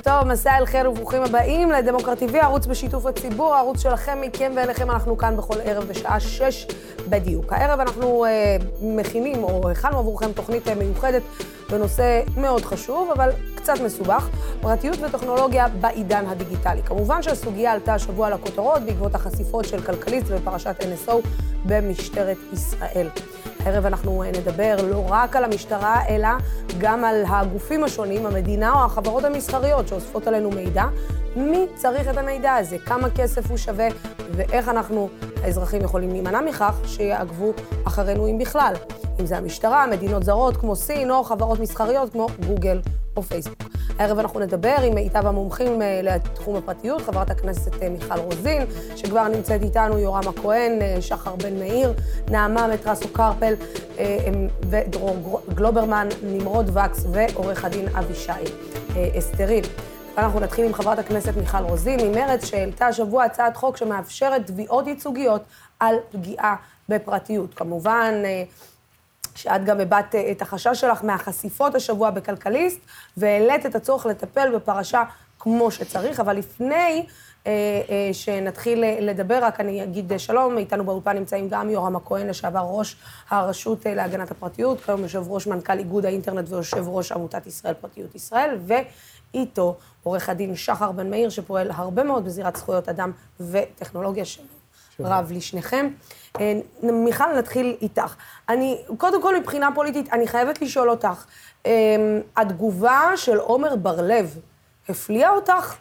טוב, מסע אל חיר וברוכים הבאים לדמוקרטיבי, ערוץ בשיתוף הציבור, הערוץ שלכם, מכם ואליכם. אנחנו כאן בכל ערב בשעה 6 בדיוק. הערב אנחנו מכינים או הכנו עבורכם תוכנית מיוחדת בנושא מאוד חשוב, אבל קצת מסובך, פרטיות וטכנולוגיה בעידן הדיגיטלי. כמובן שהסוגיה עלתה השבוע לכותרות בעקבות החשיפות של כלכליסט ופרשת NSO במשטרת ישראל. הערב אנחנו נדבר לא רק על המשטרה, אלא גם על הגופים השונים, המדינה או החברות המסחריות שאוספות עלינו מידע. מי צריך את המידע הזה? כמה כסף הוא שווה? ואיך אנחנו, האזרחים, יכולים להימנע מכך שיעקבו אחרינו אם בכלל? אם זה המשטרה, מדינות זרות כמו סין או חברות מסחריות כמו גוגל או פייסבוק. הערב אנחנו נדבר עם מיטב המומחים לתחום הפרטיות, חברת הכנסת מיכל רוזין, שכבר נמצאת איתנו, יורם הכהן, שחר בן מאיר, נעמה מטרסו קרפל ודרור גלוברמן, נמרוד וקס ועורך הדין אבישי אסתרין. אנחנו נתחיל עם חברת הכנסת מיכל רוזין ממרץ, שהעלתה השבוע הצעת חוק שמאפשרת תביעות ייצוגיות על פגיעה בפרטיות. כמובן, שאת גם הבאת את החשש שלך מהחשיפות השבוע בכלכליסט, והעלית את הצורך לטפל בפרשה כמו שצריך, אבל לפני שנתחיל לדבר, רק אני אגיד שלום, איתנו באולפן נמצאים גם יורם הכהן, לשעבר ראש הרשות להגנת הפרטיות, כיום יושב ראש מנכ"ל איגוד האינטרנט ויושב ראש עמותת ישראל פרטיות ישראל, ואיתו עורך הדין שחר בן מאיר, שפועל הרבה מאוד בזירת זכויות אדם וטכנולוגיה שלו. רב לשניכם. מיכל, נתחיל איתך. קודם כל, מבחינה פוליטית, אני חייבת לשאול אותך, התגובה של עומר בר-לב הפליאה אותך?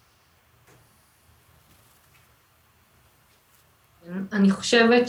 אני חושבת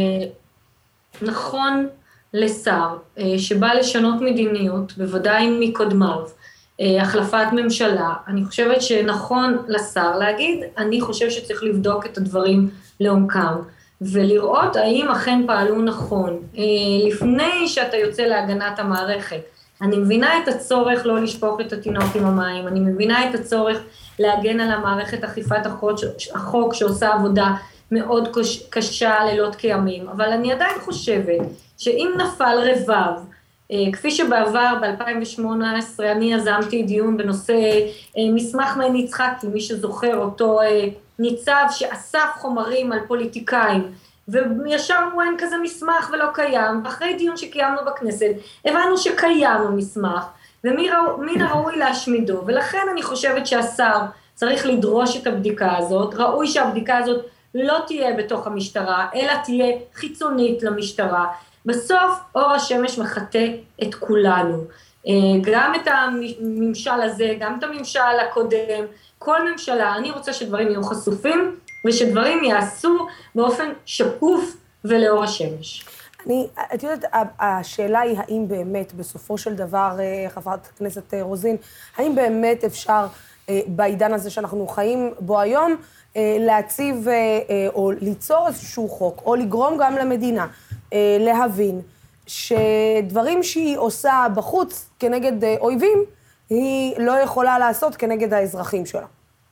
שנכון לשר שבא לשנות מדיניות, בוודאי מקודמיו, החלפת ממשלה, אני חושבת שנכון לשר להגיד, אני חושב שצריך לבדוק את הדברים לעומקם, ולראות האם אכן פעלו נכון. לפני שאתה יוצא להגנת המערכת, אני מבינה את הצורך לא לשפוך את התינוק עם המים, אני מבינה את הצורך להגן על המערכת אכיפת החוק שעושה עבודה מאוד קשה לילות כימים, אבל אני עדיין חושבת שאם נפל רבב, כפי שבעבר ב-2018 אני יזמתי דיון בנושא מסמך מעין יצחקי, מי שזוכר אותו ניצב שאסף חומרים על פוליטיקאים, וישר אמרו אין כזה מסמך ולא קיים, ואחרי דיון שקיימנו בכנסת הבנו שקיים המסמך, ומן הראוי להשמידו, ולכן אני חושבת שהשר צריך לדרוש את הבדיקה הזאת, ראוי שהבדיקה הזאת לא תהיה בתוך המשטרה, אלא תהיה חיצונית למשטרה. בסוף אור השמש מחטא את כולנו, גם את הממשל הזה, גם את הממשל הקודם, כל ממשלה, אני רוצה שדברים יהיו חשופים, ושדברים יעשו באופן שקוף ולאור השמש. את יודעת, השאלה היא האם באמת, בסופו של דבר, חברת הכנסת רוזין, האם באמת אפשר בעידן הזה שאנחנו חיים בו היום, להציב או ליצור איזשהו חוק, או לגרום גם למדינה, להבין שדברים שהיא עושה בחוץ כנגד אויבים, היא לא יכולה לעשות כנגד האזרחים שלה.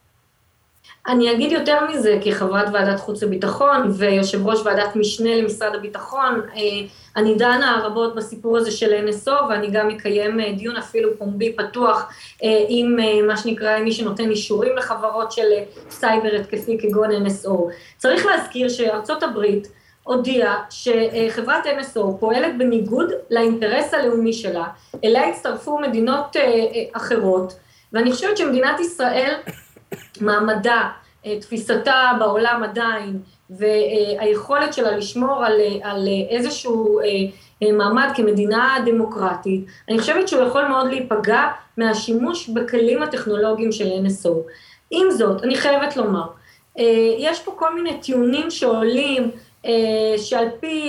אני אגיד יותר מזה, כחברת ועדת חוץ וביטחון ויושב ראש ועדת משנה למשרד הביטחון, אני דנה רבות בסיפור הזה של NSO, ואני גם מקיים דיון אפילו פומבי פתוח עם מה שנקרא מי שנותן אישורים לחברות של סייבר התקפי כגון NSO. צריך להזכיר שארצות הברית הודיעה שחברת NSO פועלת בניגוד לאינטרס הלאומי שלה, אליה הצטרפו מדינות אחרות, ואני חושבת שמדינת ישראל, מעמדה, תפיסתה בעולם עדיין, והיכולת שלה לשמור על איזשהו מעמד כמדינה דמוקרטית, אני חושבת שהוא יכול מאוד להיפגע מהשימוש בכלים הטכנולוגיים של NSO. עם זאת, אני חייבת לומר, יש פה כל מיני טיעונים שעולים, שעל פי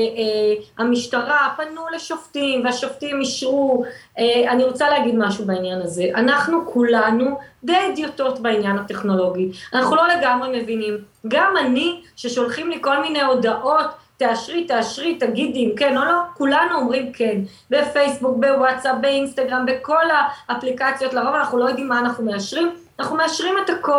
המשטרה פנו לשופטים והשופטים אישרו. אני רוצה להגיד משהו בעניין הזה, אנחנו כולנו די אידיוטות בעניין הטכנולוגי, אנחנו לא לגמרי מבינים, גם אני ששולחים לי כל מיני הודעות, תאשרי, תגידי אם כן או לא, כולנו אומרים כן, בפייסבוק, בוואטסאפ, באינסטגרם, בכל האפליקציות, לרוב אנחנו לא יודעים מה אנחנו מאשרים, אנחנו מאשרים את הכל,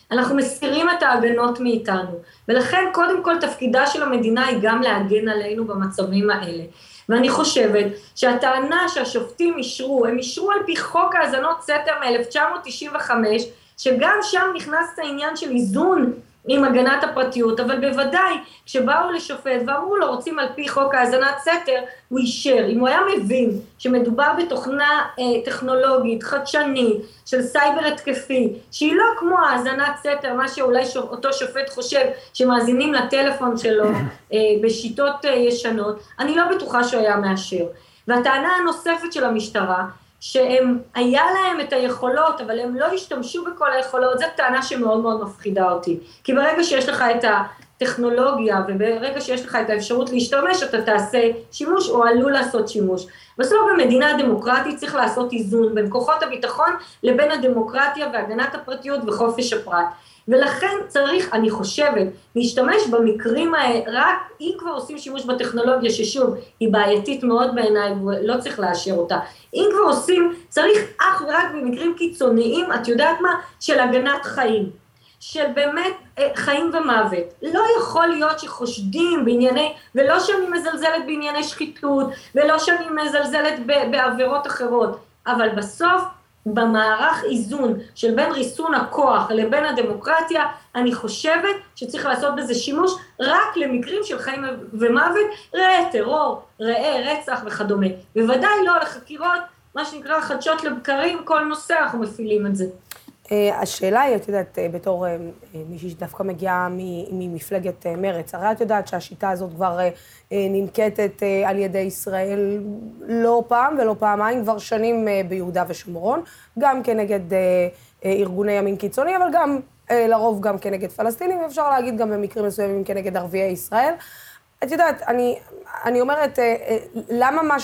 אנחנו מסירים את ההגנות מאיתנו, ולכן קודם כל תפקידה של המדינה היא גם להגן עלינו במצבים האלה. ואני חושבת שהטענה שהשופטים אישרו, הם אישרו על פי חוק האזנות סתר מ-1995, שגם שם נכנס העניין של איזון עם הגנת הפרטיות, אבל בוודאי כשבאו לשופט ואמרו לו רוצים על פי חוק האזנת סתר, הוא אישר. אם הוא היה מבין שמדובר בתוכנה טכנולוגית, חדשנית, של סייבר התקפי, שהיא לא כמו האזנת סתר, מה שאולי אותו שופט חושב שמאזינים לטלפון שלו בשיטות ישנות, אני לא בטוחה שהוא היה מאשר. והטענה הנוספת של המשטרה, שהם היה להם את היכולות, אבל הם לא השתמשו בכל היכולות, זו טענה שמאוד מאוד מפחידה אותי. כי ברגע שיש לך את הטכנולוגיה, וברגע שיש לך את האפשרות להשתמש, אתה תעשה שימוש או עלול לעשות שימוש. בסוף במדינה הדמוקרטית צריך לעשות איזון בין כוחות הביטחון לבין הדמוקרטיה והגנת הפרטיות וחופש הפרט. ולכן צריך, אני חושבת, להשתמש במקרים האלה, רק אם כבר עושים שימוש בטכנולוגיה, ששוב, היא בעייתית מאוד בעיניי, ולא צריך לאשר אותה. אם כבר עושים, צריך אך ורק במקרים קיצוניים, את יודעת מה? של הגנת חיים. של באמת חיים ומוות. לא יכול להיות שחושדים בענייני, ולא שאני מזלזלת בענייני שחיתות, ולא שאני מזלזלת בעבירות אחרות, אבל בסוף, במערך איזון של בין ריסון הכוח לבין הדמוקרטיה, אני חושבת שצריך לעשות בזה שימוש רק למקרים של חיים ומוות, ראה טרור, ראה רצח וכדומה. בוודאי לא לחקירות, מה שנקרא חדשות לבקרים, כל נושא אנחנו מפעילים את זה. השאלה היא, את יודעת, בתור מישהי שדווקא מגיעה ממפלגת מרץ, הרי את יודעת שהשיטה הזאת כבר ננקטת על ידי ישראל לא פעם ולא פעמיים, כבר שנים ביהודה ושומרון, גם כנגד ארגוני ימין קיצוני, אבל גם לרוב גם כנגד פלסטינים, ואפשר להגיד גם במקרים מסוימים כנגד ערביי ישראל. את יודעת, אני אומרת, למה מה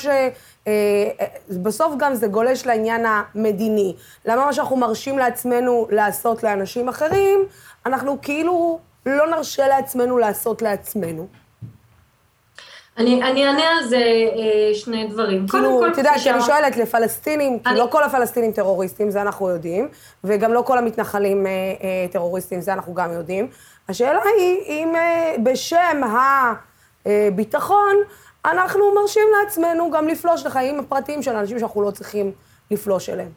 בסוף גם זה גולש לעניין המדיני, למה מה שאנחנו מרשים לעצמנו לעשות לאנשים אחרים, אנחנו כאילו לא נרשה לעצמנו לעשות לעצמנו. אני אענה על זה שני דברים. כאילו, אתה יודע, שאני שואלת לפלסטינים, כי לא כל הפלסטינים טרוריסטים, זה אנחנו יודעים, וגם לא כל המתנחלים טרוריסטים, זה אנחנו גם יודעים. השאלה היא, אם בשם הביטחון, אנחנו מרשים לעצמנו גם לפלוש לחיים הפרטיים של אנשים שאנחנו לא צריכים לפלוש אליהם.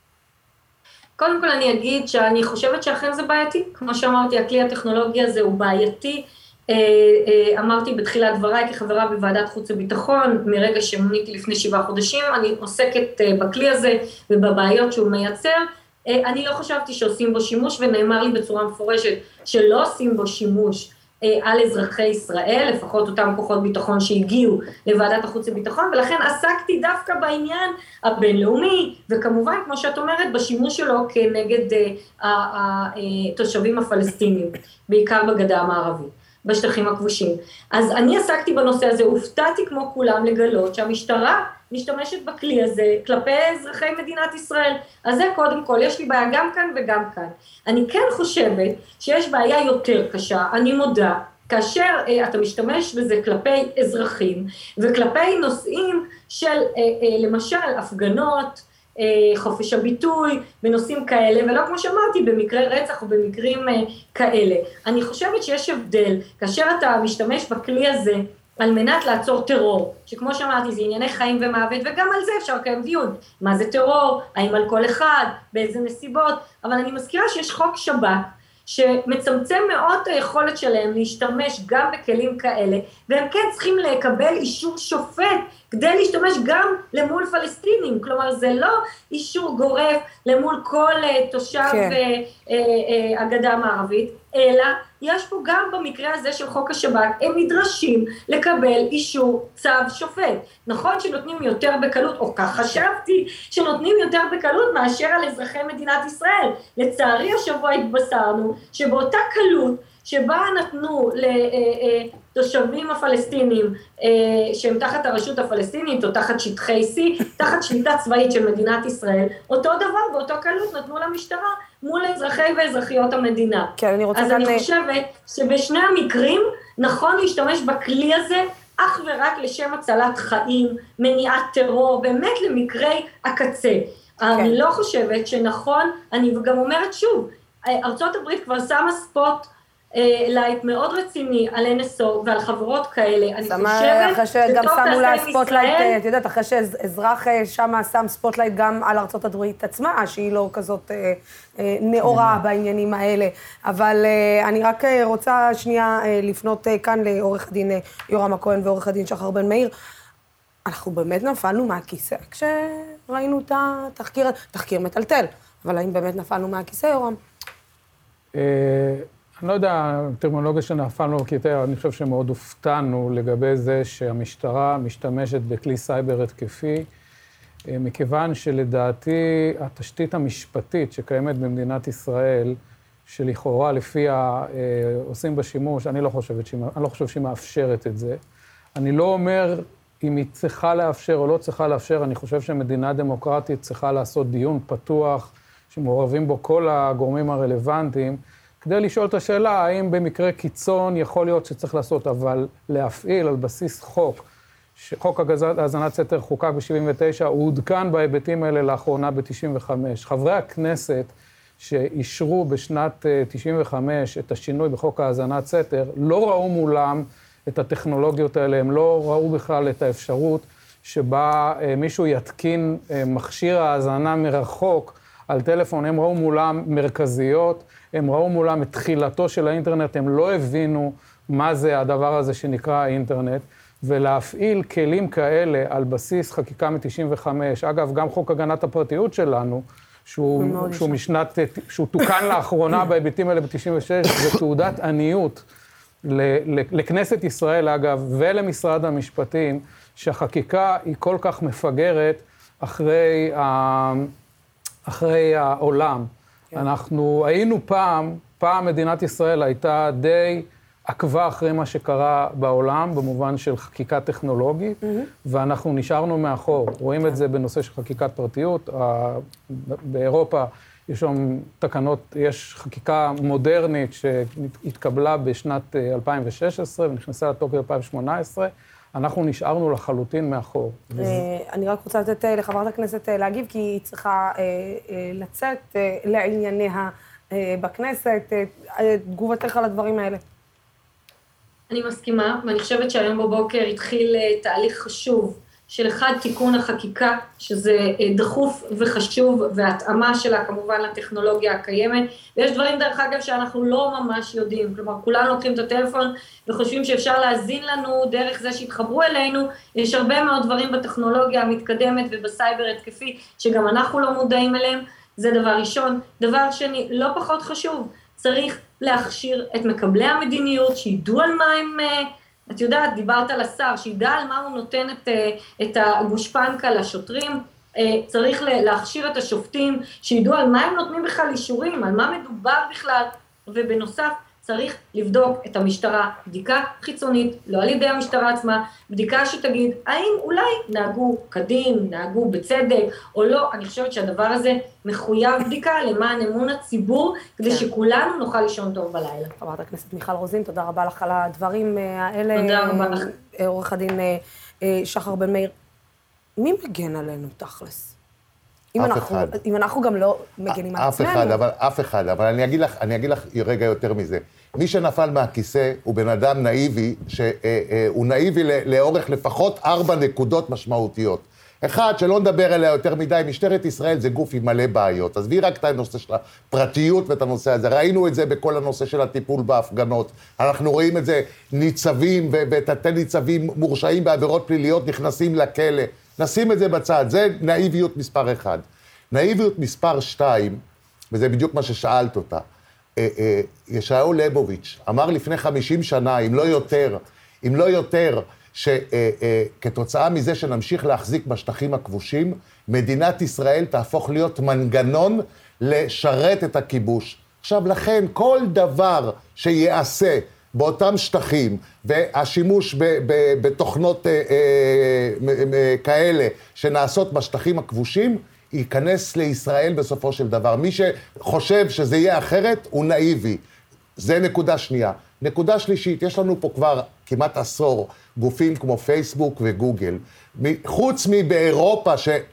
קודם כל אני אגיד שאני חושבת שאכן זה בעייתי. כמו שאמרתי, הכלי הטכנולוגי הזה הוא בעייתי. אמרתי בתחילת דבריי כחברה בוועדת חוץ וביטחון, מרגע שמוניתי לפני 7 חודשים, אני עוסקת בכלי הזה ובבעיות שהוא מייצר. אני לא חשבתי שעושים בו שימוש, ונאמר לי בצורה מפורשת שלא עושים בו שימוש על אזרחי ישראל, לפחות אותם כוחות ביטחון שהגיעו לוועדת החוץ וביטחון, ולכן עסקתי דווקא בעניין הבינלאומי, וכמובן, כמו שאת אומרת, בשימוש שלו כנגד התושבים הפלסטינים, בעיקר בגדה המערבית, בשטחים הכבושים. אז אני עסקתי בנושא הזה, הופתעתי כמו כולם לגלות שהמשטרה משתמשת בכלי הזה כלפי אזרחי מדינת ישראל. אז זה קודם כל, יש לי בעיה גם כאן וגם כאן. אני כן חושבת שיש בעיה יותר קשה, אני מודה, כאשר אתה משתמש בזה כלפי אזרחים, וכלפי נושאים של למשל הפגנות, חופש הביטוי, בנושאים כאלה, ולא כמו שאמרתי, במקרי רצח או במקרים כאלה. אני חושבת שיש הבדל, כאשר אתה משתמש בכלי הזה, על מנת לעצור טרור, שכמו שאמרתי, זה ענייני חיים ומוות, וגם על זה אפשר לקיים דיון. מה זה טרור? האם על כל אחד? באיזה נסיבות? אבל אני מזכירה שיש חוק שב"כ, שמצמצם מאוד את היכולת שלהם להשתמש גם בכלים כאלה, והם כן צריכים לקבל אישור שופט, כדי להשתמש גם למול פלסטינים, כלומר זה לא אישור גורף למול כל תושב הגדה המערבית, אלא יש פה גם במקרה הזה של חוק השב"כ, הם נדרשים לקבל אישור צו שופט. נכון שנותנים יותר בקלות, או כך חשבתי, שנותנים יותר בקלות מאשר על אזרחי מדינת ישראל. לצערי השבוע התבשרנו שבאותה קלות שבה נתנו לתושבים הפלסטינים שהם תחת הרשות הפלסטינית או תחת שטחי C, תחת שליטה צבאית של מדינת ישראל, אותו דבר באותו קלות נתנו למשטרה מול אזרחי ואזרחיות המדינה. כן, אז אני חושבת שבשני המקרים נכון להשתמש בכלי הזה אך ורק לשם הצלת חיים, מניעת טרור, באמת למקרי הקצה. אני לא חושבת שנכון, אני גם אומרת שוב, ארצות הברית כבר שמה ספוט לייט מאוד רציני על NSO ועל חברות כאלה. אני חושבת שגם שמו לה ספוטלייט, את יודעת, אחרי שאזרח שם שם ספוטלייט גם על ארצות הברית עצמה, שהיא לא כזאת נאורה בעניינים האלה. אבל אני רק רוצה שנייה לפנות כאן לעורך הדין יורם הכהן ועורך הדין שחר בן מאיר. אנחנו באמת נפלנו מהכיסא כשראינו את התחקיר, תחקיר מטלטל, אבל האם באמת נפלנו מהכיסא, יורם? אני לא יודע, טרמינולוגיה שנפלנו בכיתה, אני חושב שמאוד הופתענו לגבי זה שהמשטרה משתמשת בכלי סייבר התקפי, מכיוון שלדעתי התשתית המשפטית שקיימת במדינת ישראל, שלכאורה לפיה עושים בשימוש, אני לא חושב שהיא מאפשרת את זה. אני לא אומר אם היא צריכה לאפשר או לא צריכה לאפשר, אני חושב שמדינה דמוקרטית צריכה לעשות דיון פתוח, שמעורבים בו כל הגורמים הרלוונטיים, כדי לשאול את השאלה, האם במקרה קיצון יכול להיות שצריך לעשות, אבל להפעיל על בסיס חוק, שחוק האזנת סתר חוקק ב-79, הוא עודכן בהיבטים האלה לאחרונה ב-95. חברי הכנסת שאישרו בשנת 95 את השינוי בחוק האזנת סתר, לא ראו מולם את הטכנולוגיות האלה, הם לא ראו בכלל את האפשרות שבה מישהו יתקין מכשיר האזנה מרחוק על טלפון, הם ראו מולם מרכזיות, הם ראו מולם את תחילתו של האינטרנט, הם לא הבינו מה זה הדבר הזה שנקרא האינטרנט, ולהפעיל כלים כאלה על בסיס חקיקה מ-95, אגב, גם חוק הגנת הפרטיות שלנו, שהוא תוקן לאחרונה בהיבטים האלה ב-96, זה תעודת עניות לכנסת ישראל, אגב, ולמשרד המשפטים, שהחקיקה היא כל כך מפגרת אחרי העולם. אנחנו היינו פעם מדינת ישראל הייתה די עקבה אחרי מה שקרה בעולם, במובן של חקיקה טכנולוגית, ואנחנו נשארנו מאחור. רואים את זה בנושא של חקיקת פרטיות. באירופה יש שם תקנות, יש חקיקה מודרנית שהתקבלה בשנת 2016 ונכנסה לתוקף 2018. אנחנו נשארנו לחלוטין מאחור. אני רק רוצה לתת לחברת הכנסת להגיב, כי היא צריכה לצאת לענייניה בכנסת. תגובתך על הדברים האלה. אני מסכימה, ואני חושבת שהיום בבוקר התחיל תהליך חשוב של אחד תיקון החקיקה, שזה דחוף וחשוב, והתאמה שלה כמובן לטכנולוגיה הקיימת, ויש דברים דרך אגב שאנחנו לא ממש יודעים, כלומר כולנו לוקחים את הטלפון וחושבים שאפשר להזין לנו דרך זה שהתחברו אלינו, יש הרבה מאוד דברים בטכנולוגיה המתקדמת ובסייבר התקפי, שגם אנחנו לא מודעים אליהם, זה דבר ראשון. דבר שני, לא פחות חשוב, צריך להכשיר את מקבלי המדיניות, שידעו על מה הם, את יודעת, דיברת על השר, שידע על מה הוא נותן את הגושפנקה לשוטרים, צריך להכשיר את השופטים, שידעו על מה הם נותנים בכלל אישורים, על מה מדובר בכלל, ובנוסף צריך לבדוק את המשטרה, בדיקה חיצונית, לא על ידי המשטרה עצמה, בדיקה שתגיד, האם אולי נהגו קדים, נהגו בצדק, או לא. אני חושבת שהדבר הזה מחויב בדיקה למען אמון הציבור, כדי שכולנו נוכל לישון טוב בלילה. חברת הכנסת מיכל רוזין, תודה רבה לך על הדברים האלה. תודה רבה לך. עורך הדין שחר בן מאיר, מי מגן עלינו תכלס? אם אנחנו גם לא מגנים על עצמנו. אף אחד, אבל אני אגיד לך רגע יותר מזה. מי שנפל מהכיסא הוא בן אדם נאיבי, שהוא נאיבי לאורך לפחות 4 נקודות משמעותיות. אחד, שלא נדבר עליה יותר מדי, משטרת ישראל זה גוף עם מלא בעיות. אז בי רק את הנושא של הפרטיות ואת הנושא הזה. ראינו את זה בכל הנושא של הטיפול בהפגנות. אנחנו רואים את זה, ניצבים ותתי ניצבים מורשעים בעבירות פליליות נכנסים לכלא. נשים את זה בצד, זה נאיביות מספר 1. נאיביות מספר 2, וזה בדיוק מה ששאלת אותה, ישעיהו ליבוביץ' אמר לפני 50 שנה, אם לא יותר, שכתוצאה מזה שנמשיך להחזיק בשטחים הכבושים, מדינת ישראל תהפוך להיות מנגנון לשרת את הכיבוש. עכשיו לכן, כל דבר שיעשה באותם שטחים, והשימוש בתוכנות כאלה שנעשות בשטחים הכבושים, ייכנס לישראל בסופו של דבר. מי שחושב שזה יהיה אחרת, הוא נאיבי. זה נקודה שנייה. נקודה שלישית, יש לנו פה כבר כמעט עשור גופים כמו פייסבוק וגוגל, חוץ מבאירופה,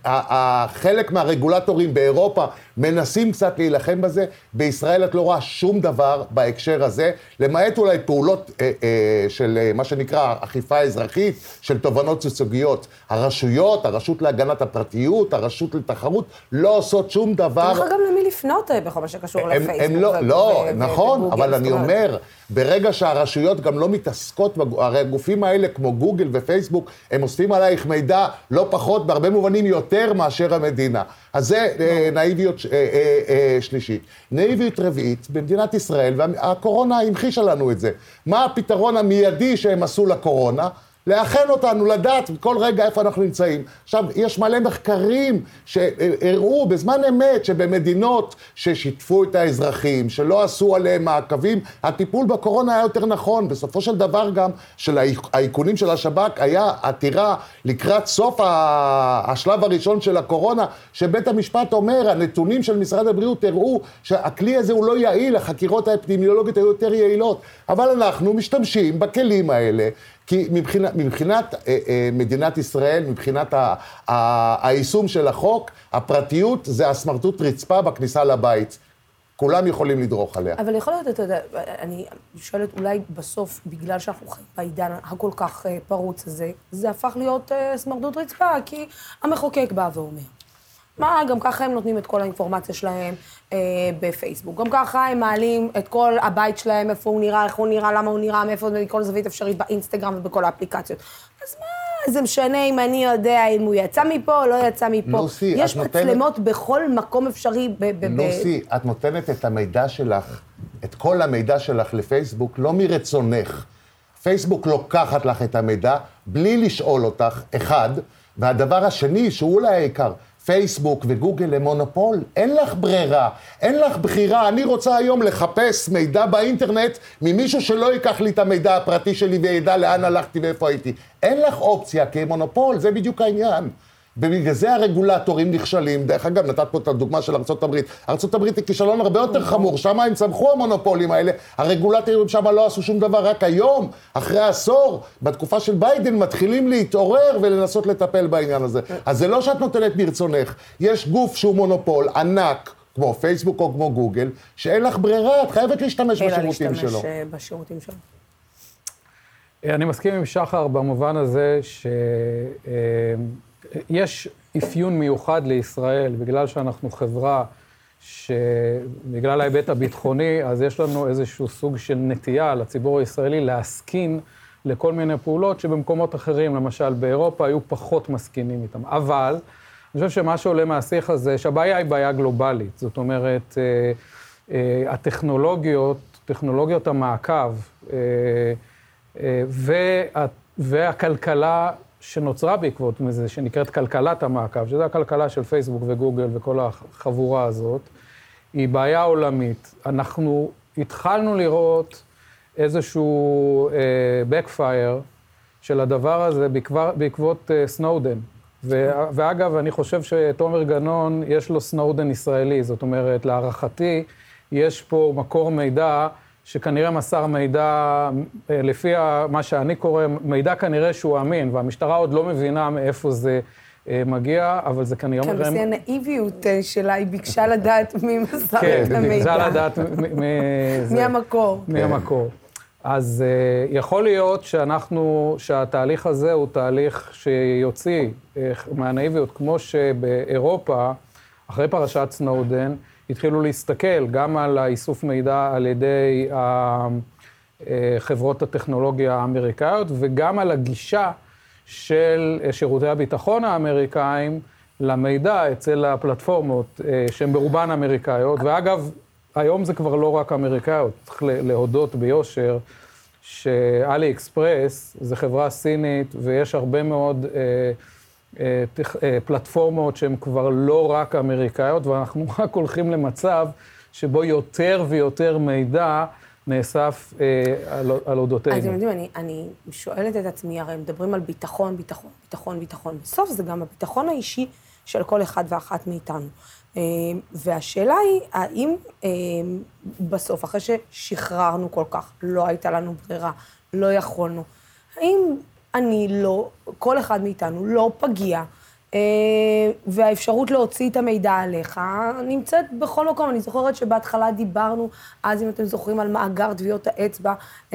שחלק מהרגולטורים באירופה מנסים קצת להילחם בזה, בישראל את לא רואה שום דבר בהקשר הזה, למעט אולי פעולות של מה שנקרא אכיפה אזרחית, של תובנות ייצוגיות. הרשות להגנת הפרטיות, הרשות לתחרות, לא עושות שום דבר. צריך גם למי לפנות בכל מה שקשור לפייסבוק. לא, נכון, אבל אני אומר, ברגע שהרשויות גם לא מתעסקות, הרי הגופים האלה כמו גוגל ופייסבוק, הם אוספים עלייך מידע לא פחות, בהרבה מובנים יותר מאשר המדינה. אז זה נאיביות שלישית. נאיביות רביעית במדינת ישראל, והקורונה המחישה לנו את זה. מה הפתרון המיידי שהם עשו לקורונה? לאחן אותנו, לדעת כל רגע איפה אנחנו נמצאים. עכשיו, יש מלא מחקרים שהראו בזמן אמת שבמדינות ששיתפו את האזרחים, שלא עשו עליהם מעקבים, הטיפול בקורונה היה יותר נכון. בסופו של דבר גם של האיכונים של השב"כ היה עתירה לקראת סוף השלב הראשון של הקורונה, שבית המשפט אומר, הנתונים של משרד הבריאות הראו שהכלי הזה הוא לא יעיל, החקירות האפידמיולוגיות היו יותר יעילות. אבל אנחנו משתמשים בכלים האלה, כי מבחינת מדינת ישראל, מבחינת היישום של החוק, הפרטיות זה הסמרטוט רצפה בכניסה לבית. כולם יכולים לדרוך עליה. אבל יכול להיות, אתה יודע, אני שואלת אולי בסוף, בגלל שאנחנו חיים בעידן הכל כך פרוץ הזה, זה הפך להיות סמרטוט רצפה, כי המחוקק בא ואומר. מה, גם ככה הם נותנים את כל האינפורמציה שלהם בפייסבוק. גם ככה הם מעלים את כל הבית שלהם, איפה הוא נראה, איך הוא נראה, למה הוא נראה, מאיפה מכל זווית אפשרית באינסטגרם ובכל האפליקציות. אז מה, זה משנה אם אני יודע אם הוא יצא מפה או לא יצא מפה. לוסי, יש מצלמות בכל מקום אפשרי. לוסי, את נותנת את המידע שלך, את כל המידע שלך לפייסבוק, לא מרצונך. פייסבוק לוקחת לך את המידע, בלי לשאול אותך, אחד, והדבר השני, שהוא אולי העיקר, פייסבוק וגוגל למונופול, אין לך ברירה, אין לך בחירה. אני רוצה היום לחפש מידע באינטרנט ממישהו שלא ייקח לי את המידע הפרטי שלי וידע לאן הלכתי ואיפה הייתי. אין לך אופציה כמונופול, זה בדיוק העניין. ובגלל זה הרגולטורים נכשלים. דרך אגב, נתת פה את הדוגמה של ארצות הברית. ארצות הברית היא כישלון הרבה יותר חמור, שם הם צמחו המונופולים האלה, הרגולטורים שם לא עשו שום דבר, רק היום, אחרי עשור, בתקופה של ביידן, מתחילים להתעורר ולנסות לטפל בעניין הזה. אז זה לא שאת נותנת ברצונך, יש גוף שהוא מונופול ענק, כמו פייסבוק או כמו גוגל, שאין לך ברירה, את חייבת להשתמש בשירותים שלו. להשתמש בשירותים שלו. אני מסכים עם שחר במובן הזה יש אפיון מיוחד לישראל, בגלל שאנחנו חברה שבגלל ההיבט הביטחוני, אז יש לנו איזשהו סוג של נטייה לציבור הישראלי להסכין לכל מיני פעולות שבמקומות אחרים, למשל באירופה, היו פחות מסכינים איתם. אבל אני חושב שמה שעולה מהשיח הזה, שהבעיה היא בעיה גלובלית. זאת אומרת, טכנולוגיות המעקב והכלכלה שנוצרה בעקבות מזה, שנקראת כלכלת המעקב, שזה הכלכלה של פייסבוק וגוגל וכל החבורה הזאת, היא בעיה עולמית. אנחנו התחלנו לראות איזשהו backfire של הדבר הזה בעקבות סנודן. ואגב, אני חושב שתומר גנון, יש לו סנודן ישראלי, זאת אומרת, להערכתי, יש פה מקור מידע, שכנראה מסר מידע, לפי מה שאני קורא, מידע כנראה שהוא אמין, והמשטרה עוד לא מבינה מאיפה זה מגיע, אבל זה כנראה... כן, בשיא הנאיביות שלה, היא ביקשה לדעת מי מסר את המידע. כן, ביקשה לדעת מהמקור. מהמקור. אז יכול להיות שהתהליך הזה הוא תהליך שיוציא מהנאיביות, כמו שבאירופה, אחרי פרשת סנודן, התחילו להסתכל גם על האיסוף מידע על ידי חברות הטכנולוגיה האמריקאיות, וגם על הגישה של שירותי הביטחון האמריקאים למידע אצל הפלטפורמות שהן ברובן אמריקאיות. ואגב, היום זה כבר לא רק אמריקאיות, צריך להודות ביושר, שאלי אקספרס זה חברה סינית, ויש הרבה מאוד פלטפורמות שהן כבר לא רק אמריקאיות, ואנחנו רק הולכים למצב שבו יותר ויותר מידע נאסף על אודותינו. אתם יודעים, אני שואלת את עצמי, הרי מדברים על ביטחון, ביטחון, ביטחון, ביטחון. בסוף זה גם הביטחון האישי של כל אחד ואחת מאיתנו. והשאלה היא, האם בסוף, אחרי ששחררנו כל כך, לא הייתה לנו ברירה, לא יכולנו, האם כל אחד מאיתנו לא פגיע, והאפשרות להוציא את המידע עליך נמצאת בכל מקום. אני זוכרת שבהתחלה דיברנו, אז אם אתם זוכרים, על מאגר טביעות האצבע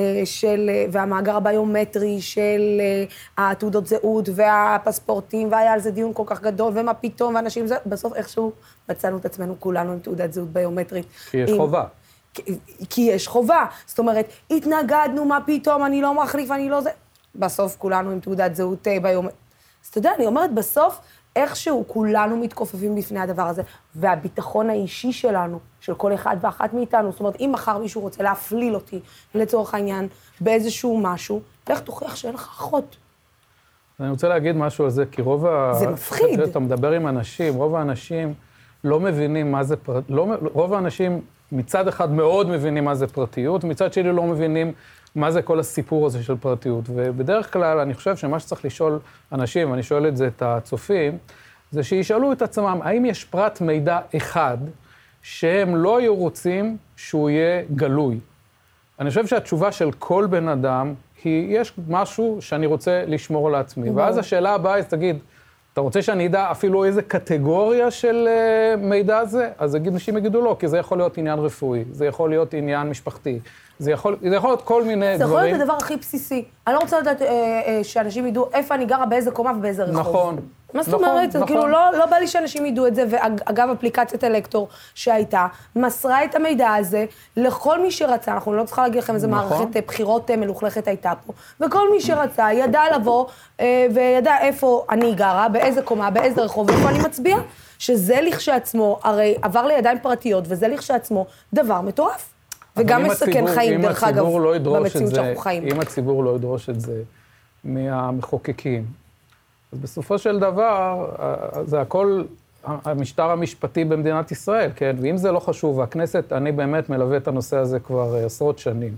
והמאגר הביומטרי של התעודות זהות והפספורטים, והיה על זה דיון כל כך גדול, ומה פתאום, ואנשים, בסוף איכשהו מצאנו את עצמנו כולנו עם תעודת זהות ביומטרית. כי יש חובה. כי יש חובה. זאת אומרת, התנגדנו, מה פתאום, אני לא מחליף, אני לא זה. בסוף כולנו עם תעודת זהות ביומטרית. אז אתה יודע, אני אומרת, בסוף, איכשהו כולנו מתכופפים בפני הדבר הזה, והביטחון האישי שלנו, של כל אחד ואחת מאיתנו, זאת אומרת, אם מחר מישהו רוצה להפליל אותי, לצורך העניין, באיזשהו משהו, לך תוכיח שאין לך אחות. אני רוצה להגיד משהו על זה, כי זה מפחיד. אתה מדבר עם אנשים, רוב האנשים לא מבינים מה זה רוב האנשים מצד אחד מאוד מבינים מה זה פרטיות, מצד שני לא מבינים מה זה כל הסיפור הזה של פרטיות. ובדרך כלל אני חושב שמה שצריך לשאול אנשים, ואני שואל את זה את הצופים, זה שישאלו את עצמם, האם יש פרט מידע אחד שהם לא היו רוצים שהוא יהיה גלוי? אני חושב שהתשובה של כל בן אדם היא, יש משהו שאני רוצה לשמור לעצמי. ואז השאלה הבאה היא, תגיד, אתה רוצה שאני אדע אפילו איזה קטגוריה של מידע זה? אז אנשים יגידו לא, כי זה יכול להיות עניין רפואי, זה יכול להיות עניין משפחתי, זה יכול להיות כל מיני דברים. זה יכול להיות הדבר הכי בסיסי. אני לא רוצה לדעת שאנשים ידעו איפה אני גרה, באיזה קומה ובאיזה רחוב. נכון. מה זאת אומרת? כאילו לא בא לי שאנשים ידעו את זה, ואגב, אפליקציית אלקטור שהייתה, מסרה את המידע הזה לכל מי שרצה, אנחנו לא צריכה להגיד לכם איזה מערכת בחירות מלוכלכת הייתה פה, וכל מי שרצה ידע לבוא וידע איפה אני גרה, באיזה קומה, באיזה רחוב, איפה אני מצביע, שזה לכשעצמו, הרי עבר לידיים פרטיות, וזה לכשעצמו דבר מטורף. וגם מסכן חיים, דרך אגב, במציאות שאנחנו חיים. אם הציבור לא ידרוש את זה מהמחוקקים, אז בסופו של דבר, זה הכל המשטר המשפטי במדינת ישראל, כן? ואם זה לא חשוב, והכנסת, אני באמת מלווה את הנושא הזה כבר עשרות שנים.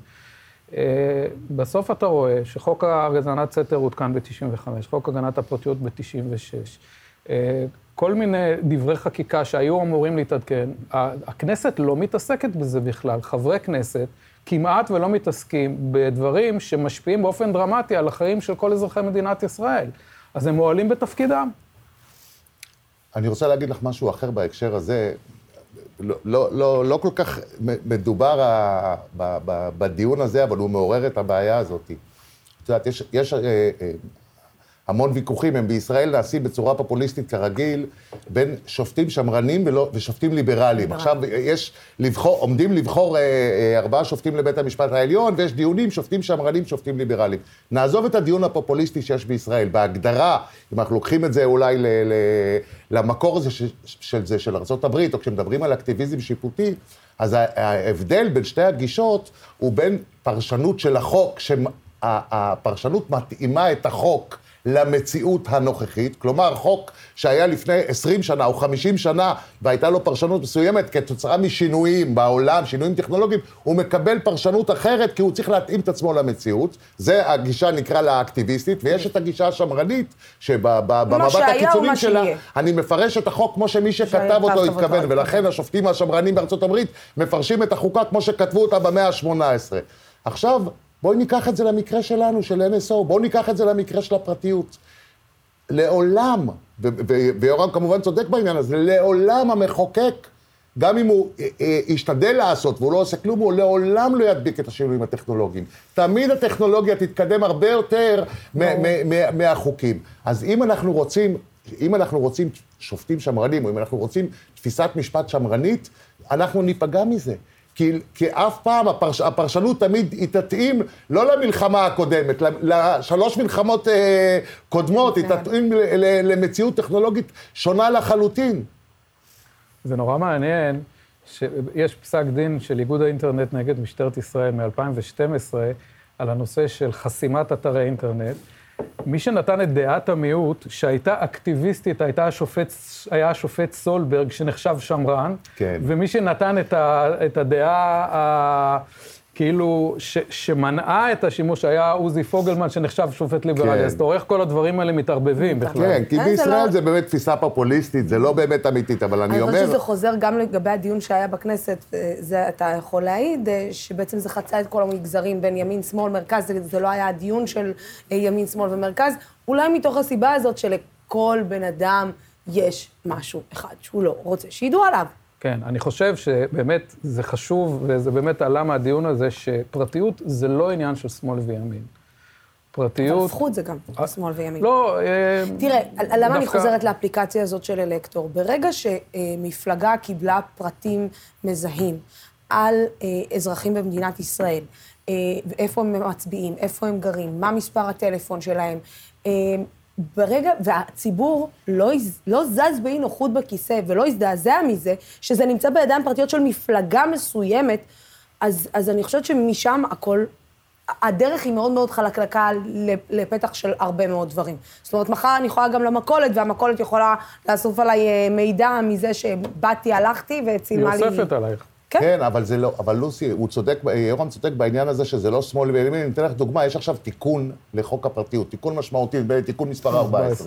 בסוף אתה רואה שחוק הגנת סתר הותקן ב-95, חוק הגנת הפרטיות ב-96, כל מיני דברי חקיקה שהיו אמורים להתעדכן, הכנסת לא מתעסקת בזה בכלל. חברי כנסת כמעט ולא מתעסקים בדברים שמשפיעים באופן דרמטי על החיים של כל אזרחי מדינת ישראל. אז הם מועלים בתפקידם. אני רוצה להגיד לך משהו אחר בהקשר הזה. לא כל כך מדובר בדיון הזה, אבל הוא מעורר את הבעיה הזאת. את יודעת, יש המון ויכוחים, הם בישראל נעשים בצורה פופוליסטית כרגיל, בין שופטים שמרנים ושופטים ליברליים. עכשיו עומדים לבחור 4 שופטים לבית המשפט העליון, ויש דיונים, שופטים שמרנים, שופטים ליברליים. נעזוב את הדיון הפופוליסטי שיש בישראל. בהגדרה, אם אנחנו לוקחים את זה אולי למקור הזה של זה, של ארצות הברית, או כשמדברים על אקטיביזם שיפוטי, אז ההבדל בין שתי הגישות הוא בין פרשנות של החוק, שהפרשנות מתאימה את החוק למציאות הנוכחית, כלומר חוק שהיה לפני 20 שנה או 50 שנה והייתה לו פרשנות מסוימת כתוצאה משינויים בעולם, שינויים טכנולוגיים, הוא מקבל פרשנות אחרת כי הוא צריך להתאים את עצמו למציאות. זה הגישה נקרא לה האקטיביסטית, ויש את הגישה השמרנית שבמבט הקיצוני שלה אני מפרש את החוק כמו שמי שכתב אותו התכוון, ולכן השופטים השמרנים בארצות הברית מפרשים את החוקה כמו שכתבו אותה במאה ה-18. עכשיו בואי ניקח את זה למקרה שלנו, של NSO, בואו ניקח את זה למקרה של הפרטיות. לעולם, ויורם כמובן צודק בעניין הזה, לעולם המחוקק, גם אם הוא ישתדל לעשות והוא לא עושה כלום, הוא לעולם לא ידביק את השינויים הטכנולוגיים. תמיד הטכנולוגיה תתקדם הרבה יותר מהחוקים. אז אם אנחנו רוצים שופטים שמרנים, או אם אנחנו רוצים תפיסת משפט שמרנית, אנחנו ניפגע מזה. כי אף פעם הפרשנות תמיד היא תתאים לא למלחמה הקודמת, לשלוש מלחמות קודמות, היא תתאים למציאות טכנולוגית שונה לחלוטין. זה נורא מעניין שיש פסק דין של איגוד האינטרנט נגד משטרת ישראל מ-2012 על הנושא של חסימת אתרי אינטרנט. מי שנתן את דעת המיעוט, שהייתה אקטיביסטית, היה השופט סולברג, שנחשב שמרן, כן. ומי שנתן את הדעה כאילו, שמנעה את השימוש, היה עוזי פוגלמן שנחשב שופט ליברלי, אז אתה רואה איך כל הדברים האלה מתערבבים בכלל. כן, כי בישראל זה באמת תפיסה פופוליסטית, זה לא באמת אמיתית, אבל אני אומר... אני חושבת שזה חוזר גם לגבי הדיון שהיה בכנסת, אתה יכול להעיד, שבעצם זה חצה את כל המגזרים בין ימין, שמאל, מרכז, זה לא היה הדיון של ימין, שמאל ומרכז, אולי מתוך הסיבה הזאת שלכל בן אדם יש משהו אחד שהוא לא רוצה שידעו עליו. כן, אני חושב שבאמת זה חשוב, וזה באמת עלה מהדיון הזה, שפרטיות זה לא עניין של שמאל וימין. פרטיות... אבל זכות זה גם, שמאל וימין. לא... תראה, למה אני חוזרת לאפליקציה הזאת של אלקטור? ברגע שמפלגה קיבלה פרטים מזהים על אזרחים במדינת ישראל, איפה הם מצביעים, איפה הם גרים, מה מספר הטלפון שלהם, ברגע, והציבור לא זז באי נוחות בכיסא ולא הזדעזע מזה, שזה נמצא בידיים פרטיות של מפלגה מסוימת, אז אני חושבת שמשם הכל, הדרך היא מאוד מאוד חלקלקה לפתח של הרבה מאוד דברים. זאת אומרת, מחר אני יכולה גם למכולת, והמכולת יכולה לאסוף עליי מידע מזה שבאתי, הלכתי וצילמה לי... היא אוספת עלייך. כן, אבל זה לא, אבל לוסי, הוא צודק, יורם צודק בעניין הזה שזה לא שמאל וימין. אני אתן לך דוגמה, יש עכשיו תיקון לחוק הפרטיות, תיקון משמעותי, תיקון מספר 14.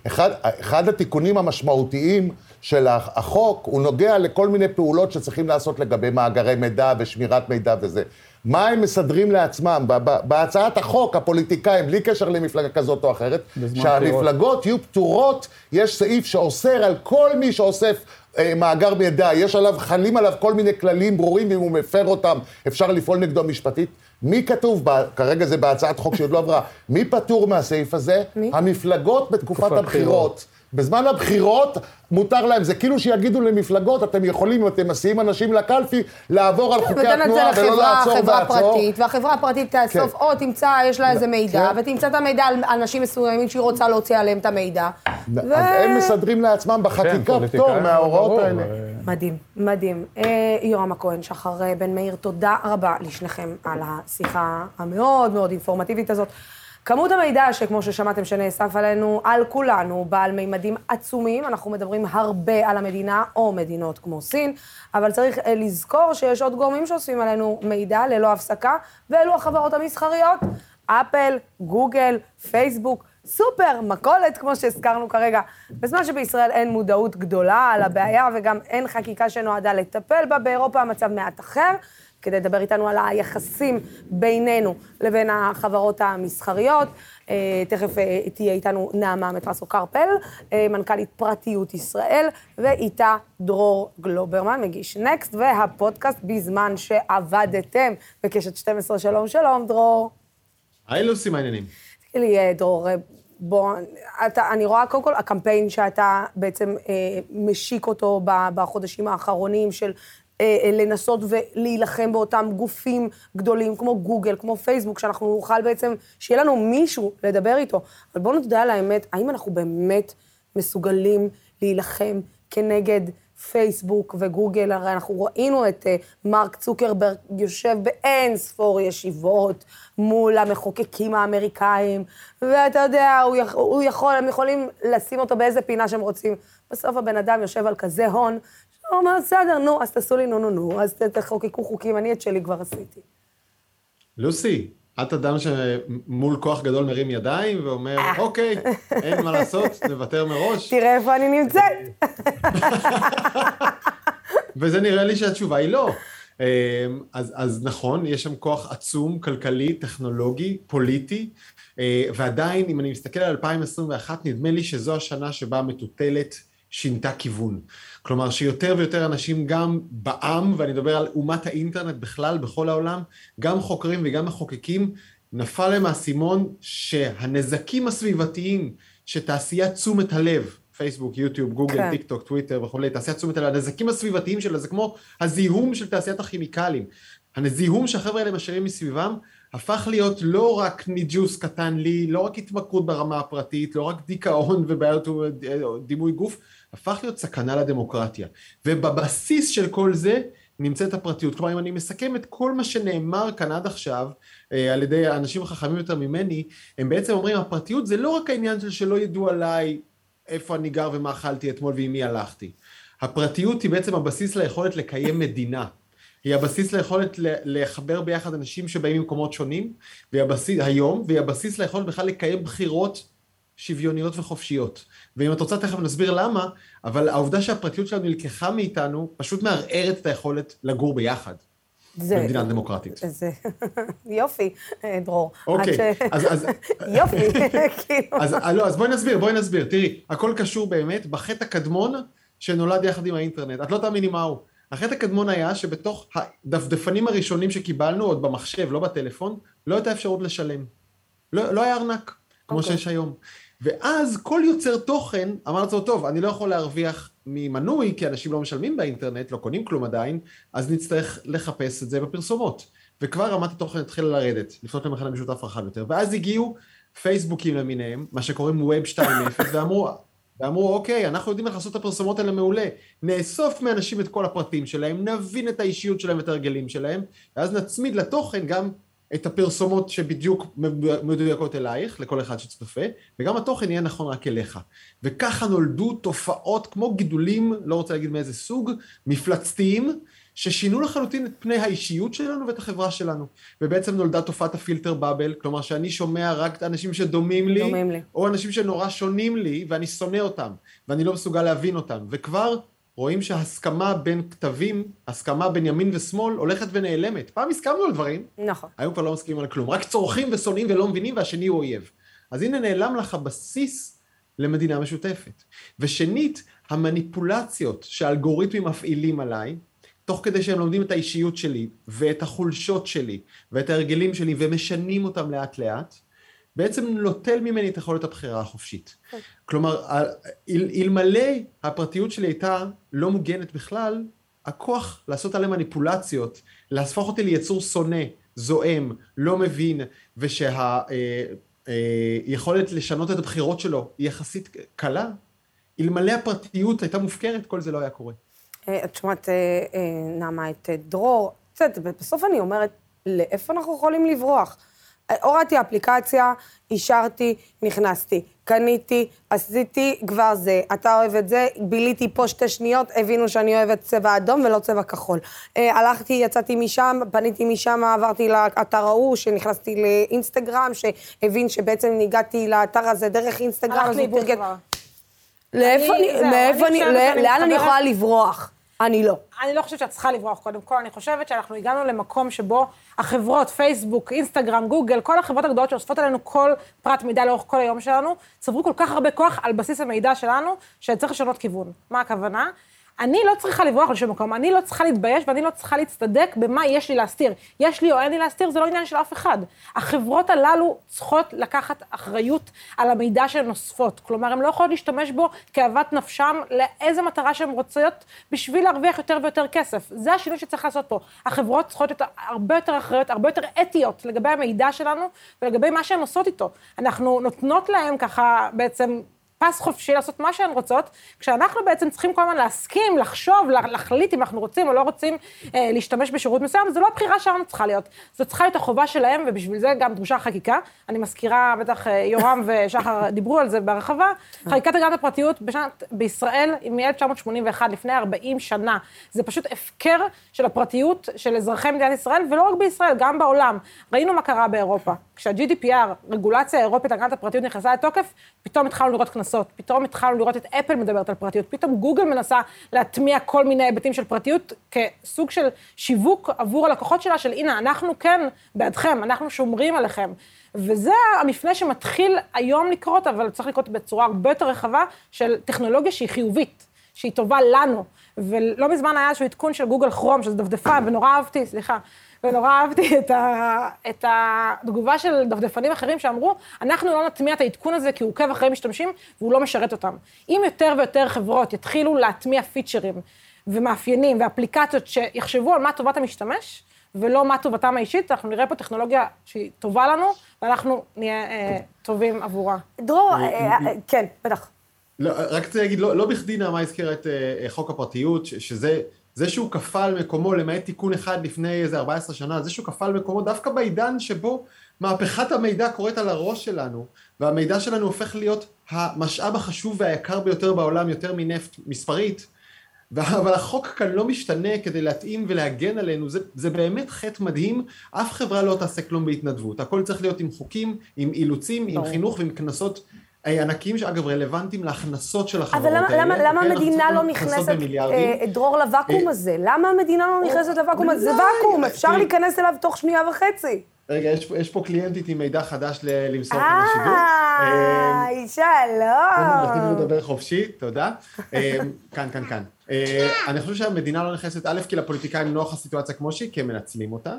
אחד התיקונים המשמעותיים של החוק, הוא נוגע לכל מיני פעולות שצריכים לעשות לגבי מאגרי מידע ושמירת מידע וזה. מה הם מסדרים לעצמם? בהצעת החוק, הפוליטיקאים, בלי קשר למפלגה כזאת או אחרת, שהמפלגות יהיו פטורות, יש סעיף שאוסר על כל מי שאוסף מאגר מידע, חלים עליו כל מיני כללים ברורים, ואם הוא מפר אותם, אפשר לפעול נגדו משפטית. מי כתוב, כרגע זה בהצעת חוק שעוד לא עברה, מי פטור מהסעיף הזה? מי? המפלגות בתקופת הבחירות. בזמן הבחירות מותר להם, זה כאילו שיגידו למפלגות, אתם יכולים, אם אתם מסיעים אנשים לקלפי, לעבור על חוקי התנועה ולא לעצור בעצור. והחברה הפרטית תאסוף, או תמצא, יש לה איזה מידע, ותמצא את המידע על אנשים מסוימים שהיא רוצה להוציא עליהם את המידע. אז הם מסדרים לעצמם בחקיקה פטור מההוראות האלה. מדהים, מדהים. יורם הכהן, שחר בן מאיר, תודה רבה לשניכם על השיחה המאוד מאוד אינפורמטיבית הזאת. כמות המידע שכמו ששמעתם שנאסף עלינו, על כולנו, בעל מימדים עצומים, אנחנו מדברים הרבה על המדינה או מדינות כמו סין, אבל צריך לזכור שיש עוד גורמים שעושים עלינו מידע ללא הפסקה, ואלו החברות המסחריות, אפל, גוגל, פייסבוק, סופר, מכולת, כמו שהזכרנו כרגע. בזמן שבישראל אין מודעות גדולה על הבעיה, וגם אין חקיקה שנועדה לטפל בה, באירופה המצב מעט אחר, כדי לדבר איתנו על היחסים בינינו לבין החברות המסחריות. תכף תהיה איתנו נעמה מטרסו קרפל, מנכ"לית פרטיות ישראל, ואיתה דרור גלוברמן, מגיש נקסט, והפודקאסט בזמן שעבדתם בקשת 12. שלום, שלום, דרור. היי לוסי, מה העניינים? תגיד לי, דרור, בוא, אני רואה קודם כל, הקמפיין שאתה בעצם משיק אותו בחודשים האחרונים של לנסות ולהילחם באותם גופים גדולים, כמו גוגל, כמו פייסבוק, שאנחנו נוכל בעצם, שיהיה לנו מישהו לדבר איתו. אבל בואו נדע על האמת, האם אנחנו באמת מסוגלים להילחם כנגד פייסבוק וגוגל? הרי אנחנו ראינו את מרק צוקרברג יושב באין ספור ישיבות מול המחוקקים האמריקאים, ואתה יודע, הם יכולים לשים אותו באיזה פינה שהם רוצים. בסוף הבן אדם יושב על כזה הון, הוא אומר, בסדר, נו, אז תעשו לי נו, אז תחוקקו חוקים, אני את שלי כבר עשיתי. לוסי, את אדם שמול כוח גדול מרים ידיים ואומר, אוקיי, אין מה לעשות, נוותר מראש. תראה איפה אני נמצאת. וזה נראה לי שהתשובה היא לא. אז נכון, יש שם כוח עצום, כלכלי, טכנולוגי, פוליטי, ועדיין, אם אני מסתכל על 2021, נדמה לי שזו השנה שבה המטוטלת שינתה כיוון. כלומר, שיותר ויותר אנשים גם בעם, ואני מדבר על אומת האינטרנט בכלל, בכל העולם, גם חוקרים וגם מחוקקים, נפל להם האסימון שהנזקים הסביבתיים שתעשיית תשומת הלב, פייסבוק, יוטיוב, גוגל, טיק טוק, טוויטר וכו', תעשיית תשומת הלב, הנזקים הסביבתיים שלה, זה כמו הזיהום של תעשיית הכימיקלים. הזיהום שהחבר'ה האלה משאירים מסביבם, הפך להיות לא רק ניג'וס קטן לי, לא רק התמכרות ברמה הפרטית, לא רק דיכאון ובעיות דימוי גוף, הפך להיות סכנה לדמוקרטיה. ובבסיס של כל זה נמצאת הפרטיות. כלומר, אם אני מסכם את כל מה שנאמר כאן עד עכשיו, על ידי האנשים החכמים יותר ממני, הם בעצם אומרים, הפרטיות זה לא רק העניין של שלא ידעו עליי איפה אני גר ומה אכלתי אתמול ועם מי הלכתי. הפרטיות היא בעצם הבסיס ליכולת לקיים מדינה. היא הבסיס ליכולת לחבר ביחד אנשים שבאים ממקומות שונים, והיא הבסיס ליכולת בכלל לקיים בחירות שוויוניות וחופשיות. ואם את רוצה תכף נסביר למה, אבל העובדה שהפרטיות שלנו נלקחה מאיתנו, פשוט מערערת את היכולת לגור ביחד. במדינה דמוקרטית. יופי, דרור. אוקיי, אז... יופי, כאילו. אז בואי נסביר. תראי, הכל קשור באמת בחטא הקדמון שנולד יחד עם האינטרנט. את לא תאמיני מהו. החטא הקדמון היה שבתוך הדפדפנים הראשונים שקיבלנו, עוד במחשב, לא בטלפון, לא הייתה אפשרות לשלם. לא היה ארנק, כמו שיש היום. ואז כל יוצר תוכן אמר לעצמו, טוב, אני לא יכול להרוויח ממנוי, כי אנשים לא משלמים באינטרנט, לא קונים כלום עדיין, אז נצטרך לחפש את זה בפרסומות. וכבר רמת התוכן התחילה לרדת, לפנות למכנה משותף רחב יותר. ואז הגיעו פייסבוקים למיניהם, מה שקוראים Web 2.0, ואמרו, אוקיי, אנחנו יודעים איך לעשות את הפרסומות האלה מעולה, נאסוף מאנשים את כל הפרטים שלהם, נבין את האישיות שלהם ואת הרגלים שלהם, ואז נצמיד לתוכן גם את הפרסומות שבדיוק מדויקות אלייך, לכל אחד שצופה, וגם התוכן יהיה נכון רק אליך. וככה נולדו תופעות כמו גידולים, לא רוצה להגיד מאיזה סוג, מפלצתיים, ששינו לחלוטין את פני האישיות שלנו ואת החברה שלנו. ובעצם נולדה תופעת הפילטר בבל, כלומר שאני שומע רק את האנשים שדומים לי, או אנשים שנורא שונים לי, ואני שונא אותם, ואני לא מסוגל להבין אותם. וכבר רואים שהסכמה בין כתבים, הסכמה בין ימין ושמאל, הולכת ונעלמת. פעם הסכמנו על דברים, נכון. היום כבר לא מסכימים על כלום. רק צורכים ושונאים ולא מבינים, והשני הוא אויב. אז הנה נעלם לך הבסיס למדינה משותפת. ושנית, המניפולציות שהאלגוריתמים מפעילים עליי, תוך כדי שהם לומדים את האישיות שלי, ואת החולשות שלי, ואת ההרגלים שלי, ומשנים אותם לאט לאט, בעצם נוטל ממני את יכולת הבחירה החופשית. כלומר, אלמלא הפרטיות שלי הייתה לא מוגנת בכלל, הכוח לעשות עליהם מניפולציות, להפוך אותי ליצור שונא, זועם, לא מבין, ושהיכולת לשנות את הבחירות שלו היא יחסית קלה, אלמלא הפרטיות הייתה מופקרת, כל זה לא היה קורה. את שומעת, נעמה, את דרור, בסוף אני אומרת, לאיפה אנחנו יכולים לברוח? הורדתי אפליקציה, אישרתי, נכנסתי, קניתי, עשיתי, כבר זה, אתה אוהב את זה, ביליתי פה 2 שניות, הבינו שאני אוהבת צבע אדום ולא צבע כחול. הלכתי, יצאתי משם, פניתי משם, עברתי לאתר ההוא, שנכנסתי לאינסטגרם, שהבין שבעצם הגעתי לאתר הזה דרך אינסטגרם. הלכת לאיבוד כבר. לאן אני יכולה לברוח? אני לא. אני לא חושבת שאת צריכה לברוח, קודם כל, אני חושבת שאנחנו הגענו למקום שבו החברות, פייסבוק, אינסטגרם, גוגל, כל החברות הגדולות שאוספות עלינו כל פרט מידע לאורך כל היום שלנו, צברו כל כך הרבה כוח על בסיס המידע שלנו, שצריך לשנות כיוון. מה הכוונה? אני לא צריכה לברוח לשום מקום, אני לא צריכה להתבייש ואני לא צריכה להצטדק במה יש לי להסתיר. יש לי או אין לי להסתיר, זה לא עניין של אף אחד. החברות הללו צריכות לקחת אחריות על המידע שהן נוספות. כלומר, הן לא יכולות להשתמש בו כאוות נפשם לאיזה מטרה שהן רוצות בשביל להרוויח יותר ויותר כסף. זה השינוי שצריך לעשות פה. החברות צריכות להיות הרבה יותר אחריות, הרבה יותר אתיות לגבי המידע שלנו ולגבי מה שהן עושות איתו. אנחנו נותנות להם ככה בעצם פס חופשי לעשות מה שהן רוצות, כשאנחנו בעצם צריכים כל הזמן להסכים, לחשוב, להחליט אם אנחנו רוצים או לא רוצים להשתמש בשירות מסוים, זו לא הבחירה שלנו צריכה להיות. זו צריכה להיות החובה שלהם, ובשביל זה גם דרושה חקיקה. אני מזכירה, בטח יורם ושחר דיברו על זה בהרחבה, חקיקת הגנת הפרטיות בישראל מ-1981, לפני 40 שנה. זה פשוט הפקר של הפרטיות של אזרחי מדינת ישראל, ולא רק בישראל, גם בעולם. ראינו מה קרה באירופה. כשה-GDPR, רגולציה האירופית להגנת הפרטיות נכנסה לתוקף, פתאום התחלנו לראות כנסות, פתאום התחלנו לראות את אפל מדברת על פרטיות, פתאום גוגל מנסה להטמיע כל מיני היבטים של פרטיות כסוג של שיווק עבור הלקוחות שלה, של הנה, אנחנו כן בעדכם, אנחנו שומרים עליכם. וזה המפנה שמתחיל היום לקרות, אבל צריך לקרות בצורה הרבה יותר רחבה של טכנולוגיה שהיא חיובית, שהיא טובה לנו. ולא מזמן היה איזשהו עדכון של גוגל כרום, שזה דפדפן, ונורא אהבתי את התגובה של דפדפנים אחרים שאמרו, אנחנו לא נטמיע את העדכון הזה כי הוא עוקב אחרי משתמשים והוא לא משרת אותם. אם יותר ויותר חברות יתחילו להטמיע פיצ'רים ומאפיינים ואפליקציות שיחשבו על מה טובת המשתמש ולא מה טובתם האישית, אנחנו נראה פה טכנולוגיה שהיא טובה לנו ואנחנו נהיה טובים עבורה. דרור, כן, בטח. רק רוצה להגיד, לא בכדי נעמה הזכירה את חוק הפרטיות, זה שהוא כפל מקומו, למעט תיקון אחד לפני איזה 14 שנה, זה שהוא כפל מקומו דווקא בעידן שבו מהפכת המידע קורית על הראש שלנו, והמידע שלנו הופך להיות המשאב החשוב והיקר ביותר בעולם, יותר מנפט מספרית, אבל החוק כאן לא משתנה כדי להתאים ולהגן עלינו, זה באמת חטא מדהים, אף חברה לא תעשה כלום בהתנדבות, הכל צריך להיות עם חוקים, עם אילוצים, עם חינוך ועם כנסות ענקיים, שאגב רלוונטיים להכנסות של החברות האלה. אבל למה המדינה לא נכנסת, דרור, לוואקום הזה? למה המדינה לא נכנסת לוואקום הזה? זה ואקום, אפשר להיכנס אליו תוך 1.5 שנייה. רגע, יש פה קליינטית עם מידע חדש למסור כאן בשידור. שלום. נתנו לדבר חופשי, תודה. כאן. אני חושב שהמדינה לא נכנסת, א', כי לפוליטיקאים נוח הסיטואציה כמו שהיא, כי הם מנצלים אותה.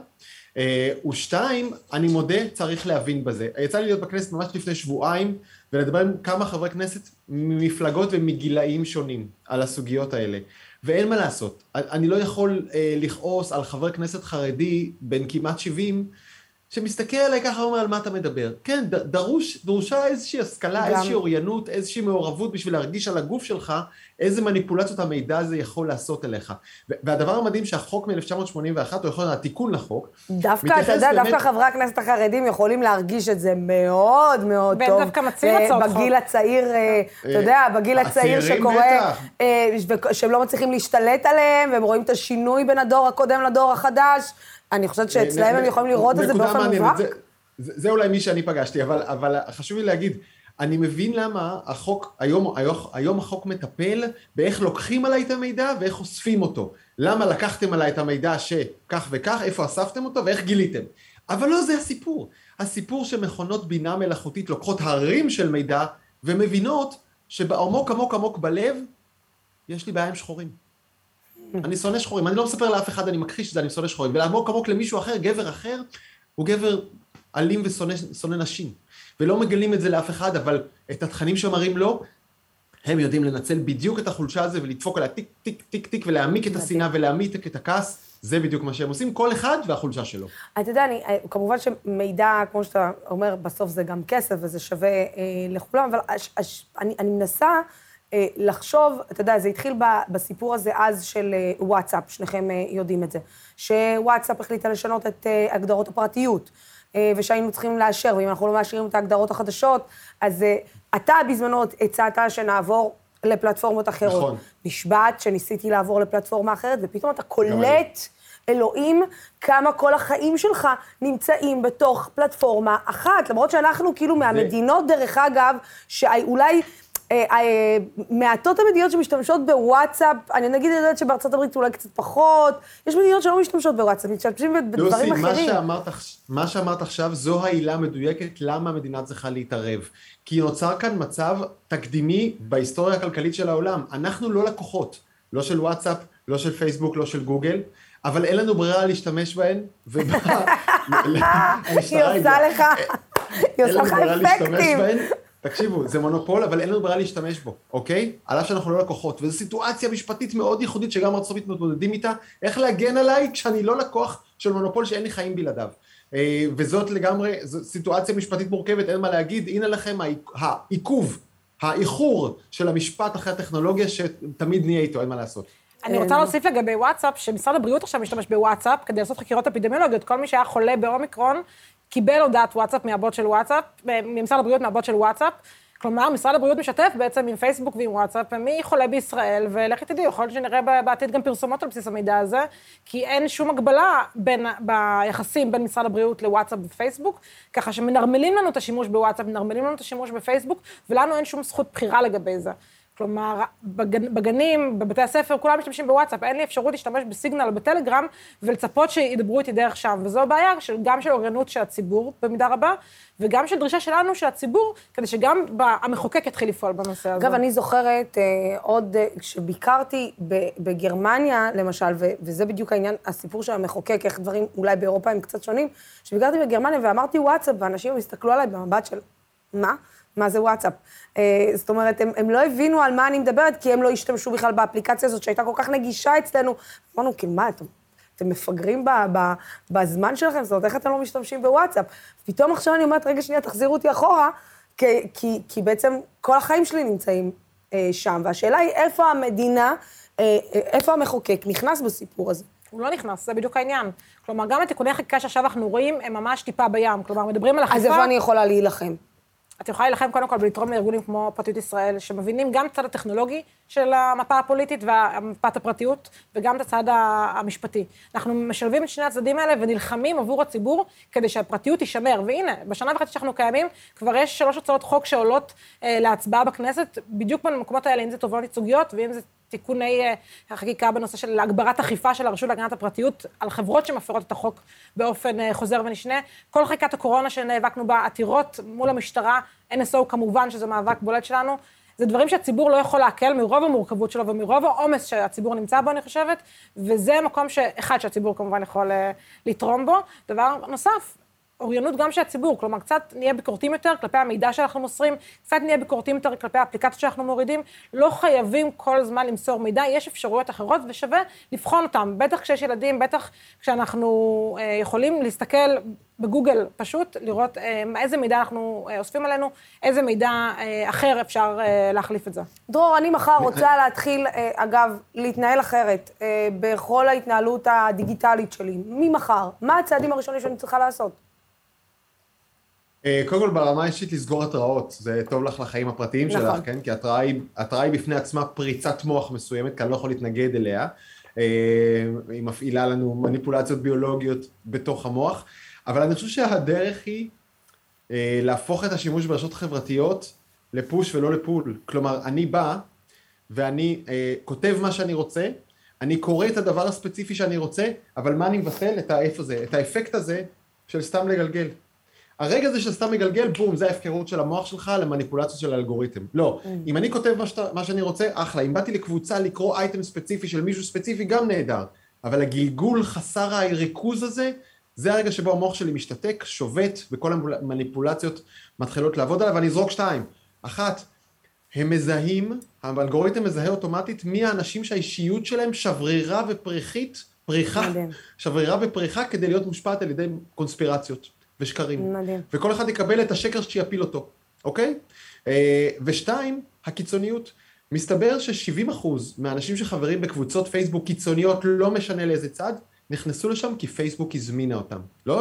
ושתיים, אני מודה, צריך להבין בזה. יצא לי להיות בכנסת ממש לפני שבועיים, ולדבר עם כמה חברי כנסת ממפלגות ומגילאים שונים על הסוגיות האלה. ואין מה לעשות. אני לא יכול לכעוס על חבר כנסת חרדי בן כמעט 70, שמסתכל עליי ככה ואומר על מה אתה מדבר. כן, דרושה איזושהי השכלה, איזושהי אוריינות, איזושהי מעורבות בשביל להרגיש על הגוף שלך, איזה מניפולציות המידע הזה יכול לעשות אליך. והדבר המדהים שהחוק מ-1981, או יכול להיות התיקון לחוק, דווקא, אתה יודע, דווקא חברי הכנסת החרדים יכולים להרגיש את זה מאוד מאוד טוב. והם דווקא מציעים הצעות חוק. בגיל הצעיר, אתה יודע, בגיל הצעיר שקורה, שהם לא מצליחים להשתלט עליהם, והם רואים את השינוי בין הדור הקודם לדור החדש. אני חושבת שאצלהם הם יכולים לראות את זה באופן מובהק. זה אולי מי שאני פגשתי, אבל חשוב לי להגיד, אני מבין למה החוק, היום החוק מטפל באיך לוקחים עליי את המידע ואיך אוספים אותו. למה לקחתם עליי את המידע שכך וכך, איפה אספתם אותו ואיך גיליתם. אבל לא זה הסיפור. הסיפור שמכונות בינה מלאכותית לוקחות הרים של מידע ומבינות שבעמוק עמוק בלב יש לי בעיה עם שחורים. אני שונא שחורים, אני לא מספר לאף אחד, אני מכחיש את זה, אני שונא שחורים. ולעמוק למישהו אחר, גבר אחר, הוא גבר אלים ושונא נשים. ולא מגלים את זה לאף אחד, אבל את התכנים שמראים לו, הם יודעים לנצל בדיוק את החולשה הזה, ולדפוק עליה טיק, טיק, טיק, טיק, ולהעמיק את השנאה ולהעמיק את הכעס, זה בדיוק מה שהם עושים, כל אחד והחולשה שלו. אתה יודע, כמובן שמידע, כמו שאתה אומר, בסוף זה גם כסף, וזה שווה לכולם, אבל אני מנסה לחשוב, אתה יודע, זה התחיל בסיפור הזה אז של וואטסאפ, שניכם יודעים את זה, שוואטסאפ החליטה לשנות את הגדרות הפרטיות, ושהיינו צריכים לאשר, ואם אנחנו לא מאשרים את ההגדרות החדשות, אז אתה בזמנו הצעת שנעבור לפלטפורמות אחרות. נכון. נשבעת שניסיתי לעבור לפלטפורמה אחרת, ופתאום אתה קולט, אלוהים, כמה כל החיים שלך נמצאים בתוך פלטפורמה אחת, למרות שאנחנו כאילו מהמדינות, דרך אגב, שאולי מעטות המדינות שמשתמשות בוואטסאפ, אני נגיד יודעת שבארצות הברית אולי קצת פחות, יש מדינות שלא משתמשות בוואטסאפ, משתמשים בדברים אחרים. מה שאמרת עכשיו, זו העילה מדויקת למה המדינה צריכה להתערב. כי נוצר כאן מצב תקדימי בהיסטוריה הכלכלית של העולם. אנחנו לא לקוחות, לא של וואטסאפ, לא של פייסבוק, לא של גוגל, אבל אין לנו ברירה להשתמש בהן, היא עושה לך אפקטים. תקשיבו, זה מונופול, אבל אין לנו ברירה להשתמש בו, אוקיי? על אף שאנחנו לא לקוחות, וזו סיטואציה משפטית מאוד ייחודית, שגם ארצות הברית מתמודדים איתה, איך להגן עליי כשאני לא לקוח של מונופול שאין לי חיים בלעדיו. וזאת לגמרי, זו סיטואציה משפטית מורכבת, אין מה להגיד, הנה לכם האיחור של המשפט אחרי הטכנולוגיה, שתמיד נהיה איתו, אין מה לעשות. אני רוצה להוסיף לגבי וואטסאפ, שמשרד הבריאות עכשיו משתמש בוואטסאפ, כדי לעשות חקירות אפידמיולוגיות, כל מי שהיה חולה באומיקרון, קיבל הודעת וואטסאפ מהבוט של וואטסאפ, ממשרד הבריאות מהבוט של וואטסאפ, כלומר, משרד הבריאות משתף בעצם עם פייסבוק ועם וואטסאפ, מי חולה בישראל, ולכי תדעי, יכול להיות שנראה בעתיד גם פרסומות על בסיס המידע הזה, כי אין שום הגבלה ביחסים בין משרד הבריאות לוואטסאפ ופייסבוק, ככה שמנרמלים לנו את השימוש בוואטסאפ, מנרמלים לנו את השימוש בפייסבוק, ולנו אין שום זכות בחירה לגבי זה. כלומר, בגנים, בבתי הספר, כולם משתמשים בוואטסאפ, אין לי אפשרות להשתמש בסיגנל או בטלגרם, ולצפות שידברו איתי דרך שם, וזו הבעיה גם של אוריינות של הציבור, במידה רבה, וגם של דרישה שלנו, של הציבור, כדי שגם המחוקק יתחיל לפעול בנושא הזה. אגב, אני זוכרת עוד, כשביקרתי בגרמניה, למשל, וזה בדיוק העניין, הסיפור של המחוקק, איך דברים אולי באירופה הם קצת שונים, שביקרתי בגרמניה ואמרתי וואטסאפ, ואנשים הסתכלו עליי במבט של, מה זה וואטסאפ? זאת אומרת, הם לא הבינו על מה אני מדברת, כי הם לא השתמשו בכלל באפליקציה הזאת, שהייתה כל כך נגישה אצלנו. אמרנו, כאילו, מה, אתם מפגרים בזמן שלכם? זאת אומרת, איך אתם לא משתמשים בוואטסאפ? פתאום עכשיו אני אומרת, רגע שנייה, תחזירו אותי אחורה, כי בעצם כל החיים שלי נמצאים שם, והשאלה היא איפה המדינה, איפה המחוקק נכנס בסיפור הזה. הוא לא נכנס, זה בדיוק העניין. כלומר, גם התיקוני חקיקה שעכשיו אנחנו רואים, הם ממש טיפה בים. כלומר, מדברים על אכיפה. אז איפה אני יכולה להילחם? את יכולה להילחם קודם כל ולתרום לארגונים כמו פרטיות ישראל, שמבינים גם את הצד הטכנולוגי של המפה הפוליטית ומפת הפרטיות, וגם את הצד המשפטי. אנחנו משלבים את שני הצדדים האלה ונלחמים עבור הציבור, כדי שהפרטיות תישמר. והנה, בשנה וחצי שאנחנו קיימים, כבר יש 3 הצעות חוק שעולות להצבעה בכנסת, בדיוק במקומות האלה, אם זה תובענות ייצוגיות, ואם זה תיקוני החקיקה בנושא של הגברת אכיפה של הרשות להגנת הפרטיות, על חברות שמפרות את החוק באופן חוזר ונשנה. כל חקיקת הקורונה שנאבקנו בה, עתירות מול המשטרה, NSO כמובן, שזה מאבק בולט שלנו, זה דברים שהציבור לא יכול להקל מרוב המורכבות שלו ומרוב העומס שהציבור נמצא בו, אני חושבת, וזה מקום אחד שהציבור כמובן יכול לתרום בו. דבר נוסף, אוריינות גם של הציבור, כלומר, קצת נהיה ביקורתיים יותר כלפי המידע שאנחנו מוסרים, קצת נהיה ביקורתיים יותר כלפי האפליקציות שאנחנו מורידים, לא חייבים כל הזמן למסור מידע, יש אפשרויות אחרות ושווה לבחון אותם, בטח כשיש ילדים, בטח כשאנחנו יכולים להסתכל בגוגל פשוט, לראות איזה מידע אנחנו אוספים עלינו, איזה מידע אחר אפשר להחליף את זה. דרור, אני מחר רוצה להתחיל, אגב, להתנהל אחרת, בכל ההתנהלות הדיגיטלית שלי. ממחר, מה הצעדים הראשונים שאני צריכה לעשות? קודם כל, ברמה אישית לסגור התראות, זה טוב לך לחיים הפרטיים שלך, כן? כי התראה היא בפני עצמה פריצת מוח מסוימת, כי אני לא יכול להתנגד אליה, היא מפעילה לנו מניפולציות ביולוגיות בתוך המוח, אבל אני חושב שהדרך היא להפוך את השימוש ברשתות חברתיות לפוש ולא לפול. כלומר, אני בא ואני כותב מה שאני רוצה, אני קורא את הדבר הספציפי שאני רוצה, אבל מה אני מבטל? את האפקט הזה של סתם לגלגל. הרגע הזה של סתם מגלגל, בום, זה ההפקרות של המוח שלך למניפולציות של האלגוריתם. לא, אם אני כותב מה שאני רוצה, אחלה. אם באתי לקבוצה לקרוא אייטם ספציפי של מישהו ספציפי, גם נהדר. אבל הגלגול חסר הריכוז הזה, זה הרגע שבו המוח שלי משתתק, שובת, וכל המניפולציות מתחילות לעבוד עליו, ואני אזרוק 2. 1, הם מזהים, האלגוריתם מזהה אוטומטית, מי האנשים שהאישיות שלהם שברירה ופריחית, שברירה ופריחה כדי להיות מושפעת על ידי קונספירציות. ושקרים. מדהים. וכל אחד יקבל את השקר שיפיל אותו, אוקיי? ו2, הקיצוניות. מסתבר ש70% מהאנשים שחברים בקבוצות פייסבוק קיצוניות, לא משנה לאיזה צד, נכנסו לשם כי פייסבוק הזמינה אותם.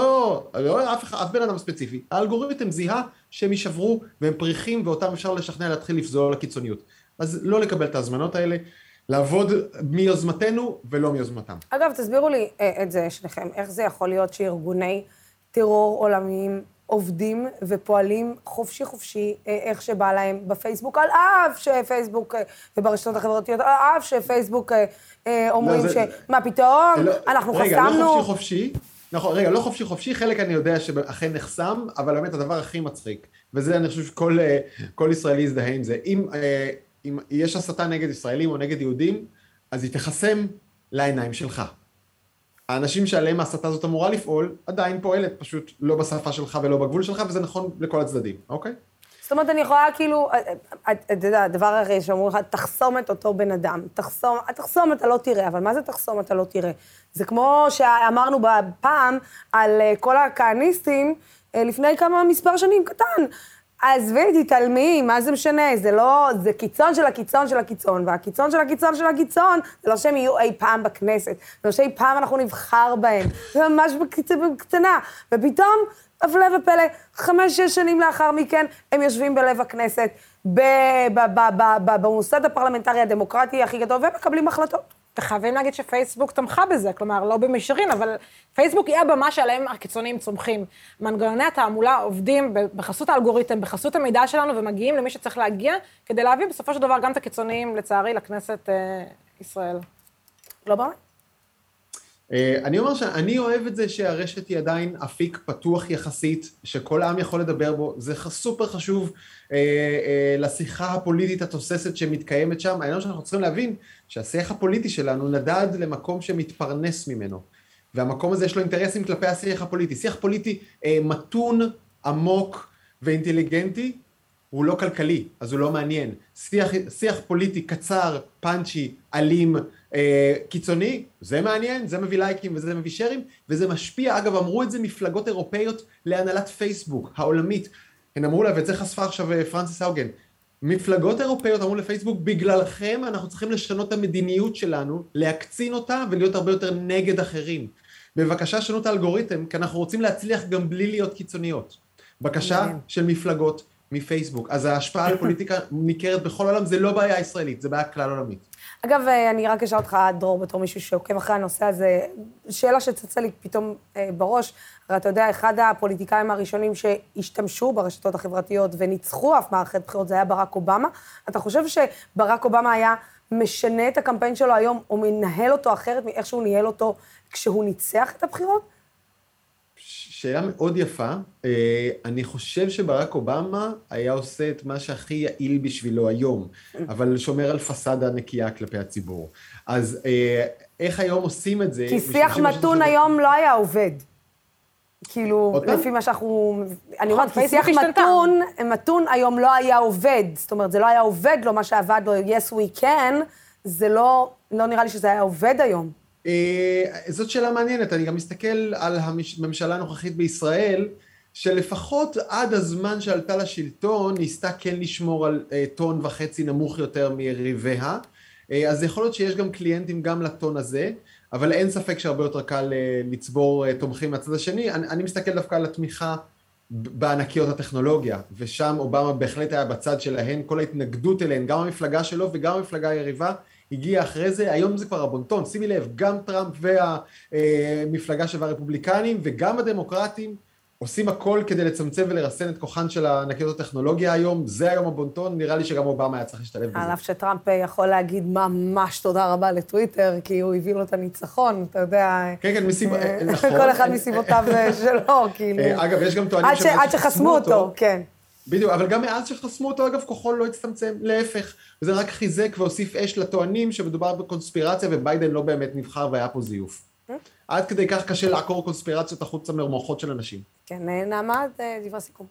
לא אף בן אדם ספציפי. האלגוריתם זיהה שהם יישברו והם פריחים, ואותם אפשר לשכנע להתחיל לפזול לקיצוניות. אז לא לקבל את ההזמנות האלה, לעבוד מיוזמתנו ולא מיוזמתם. אגב, תסבירו לי את זה שניכם, איך זה יכול להיות שארגוני טרור עולמיים עובדים ופועלים חופשי, איך שבא להם בפייסבוק, על אף שפייסבוק וברשתות החברתיות, על אף שפייסבוק אומרים מה פתאום, אנחנו חסמנו. רגע, לא חופשי, נכון, רגע, לא חופשי, חלק אני יודע שאכן נחסם, אבל באמת הדבר הכי מצחיק, וזה אני חושב שכל ישראלי יזדהה עם זה, אם יש הסתה נגד ישראלים או נגד יהודים, אז היא תחסם לעיניים שלך. האנשים שעליהם ההסתה הזאת אמורה לפעול, עדיין פועלת, פשוט לא בשפה שלך ולא בגבול שלך, וזה נכון לכל הצדדים, אוקיי? זאת אומרת, אני יכולה כאילו, אתה יודע, הדבר הרי שאומרים לך, תחסום את אותו בן אדם, תחסום אתה לא תראה, אבל מה זה תחסום אתה לא תראה? זה כמו שאמרנו בפעם על כל הכהניסטים, לפני מספר שנים קטן, עזבי, תתעלמי, מה זה משנה? זה לא, זה קיצון של הקיצון של הקיצון, והקיצון של הקיצון של הקיצון, זה לא שהם יהיו אי פעם בכנסת, זה לא שאי פעם אנחנו נבחר בהם, זה ממש בקטנה, ופתאום, הפלא ופלא, 5-6 שנים לאחר מכן, הם יושבים בלב הכנסת, במוסד הפרלמנטרי הדמוקרטי הכי גדול, ומקבלים החלטות. וחייבים להגיד שפייסבוק תמכה בזה, כלומר, לא במישרין, אבל פייסבוק היא הבמה שעליהם הקיצוניים צומחים. מנגנוני התעמולה עובדים בחסות האלגוריתם, בחסות המידע שלנו, ומגיעים למי שצריך להגיע, כדי להביא בסופו של דבר גם את הקיצוניים, לצערי, לכנסת ישראל. לא באמת? אני אומר שאני אוהב את זה שהרשת היא עדיין אפיק פתוח יחסית, שכל העם יכול לדבר בו, זה סופר חשוב לשיחה הפוליטית התוססת שמתקיימת שם. העניין שאנחנו צריכים להבין שהשיח הפוליטי שלנו נדד למקום שמתפרנס ממנו, והמקום הזה יש לו אינטרסים כלפי השיח הפוליטי. שיח פוליטי מתון, עמוק ואינטליגנטי, הוא לא כלכלי, אז הוא לא מעניין. שיח פוליטי קצר, פאנצ'י, אלים, קיצוני, זה מעניין, זה מביא לייקים וזה מביא שרים, וזה משפיע. אגב, אמרו את זה מפלגות אירופאיות להנהלת פייסבוק העולמית. הן אמרו לה, ואת זה חשפה עכשיו פרנסיס האוגן, מפלגות אירופאיות אמרו לפייסבוק, בגללכם אנחנו צריכים לשנות את המדיניות שלנו, להקצין אותה ולהיות הרבה יותר נגד אחרים. בבקשה שנו את האלגוריתם, כי אנחנו רוצים להצליח גם בלי להיות קיצוניות. בקשה של מפלגות, מפייסבוק. אז ההשפעה על פוליטיקה ניכרת בכל העולם, זה לא בעיה ישראלית, זה בעיה כלל עולמית. אגב, אני רק אשאל אותך, דרור, בתור מישהו שעוקב אחרי הנושא הזה, שאלה שצצה לי פתאום בראש, הרי אתה יודע, אחד הפוליטיקאים הראשונים שהשתמשו ברשתות החברתיות וניצחו אף מערכת בחירות, זה היה ברק אובמה. אתה חושב שברק אובמה היה משנה את הקמפיין שלו היום, או מנהל אותו אחרת מאיך שהוא ניהל אותו כשהוא ניצח את הבחירות? שאלה מאוד יפה. אני חושב שברק אובמה היה עושה את מה שהכי יעיל בשבילו היום, אבל שומר על פסאדה נקייה כלפי הציבור. אז איך היום עושים את זה? כי שיח מתון היום לא היה עובד. כאילו, לפי מה שאנחנו... אני אומרת, כי שיח מתון היום לא היה עובד. זאת אומרת, זה לא היה עובד לו, מה שעבד לו, yes we can, זה לא נראה לי שזה היה עובד היום. זאת שאלה מעניינת, אני גם מסתכל על הממשלה הנוכחית בישראל, שלפחות עד הזמן שעלתה לשלטון, ניסתה כן לשמור על טון וחצי נמוך יותר מיריביה, אז יכול להיות שיש גם קליינטים גם לטון הזה, אבל אין ספק שהרבה יותר קל לצבור תומכים מהצד השני. אני מסתכל דווקא על התמיכה בענקיות הטכנולוגיה, ושם אובמה בהחלט היה בצד שלהן, כל ההתנגדות אליהן, גם המפלגה שלו וגם המפלגה היריבה, הגיע אחרי זה, היום זה כבר הבונטון, שימי לב, גם טראמפ והמפלגה של הרפובליקנים וגם הדמוקרטים עושים הכל כדי לצמצם ולרסן את כוחן של הענקיות הטכנולוגיה היום, זה היום הבונטון, נראה לי שגם אובמה היה צריך להשתלב בזה. על אף שטראמפ יכול להגיד ממש תודה רבה לטוויטר, כי הוא הביא לו את הניצחון, אתה יודע... כן, נכון. כל אחד מסיבותיו שלו, כאילו... אגב, יש גם טוענים עד שחסמו אותו, כן. בדיוק, אבל גם מאז שחסמו אותו, אגב, כוחו לא הצטמצם, להפך, וזה רק חיזק והוסיף אש לטוענים שמדובר בקונספירציה, וביידן לא באמת נבחר והיה פה זיוף. עד כדי כך קשה לעקור קונספירציות החוצה מהמוחות של אנשים. כן, נעמה, דברי סיכום.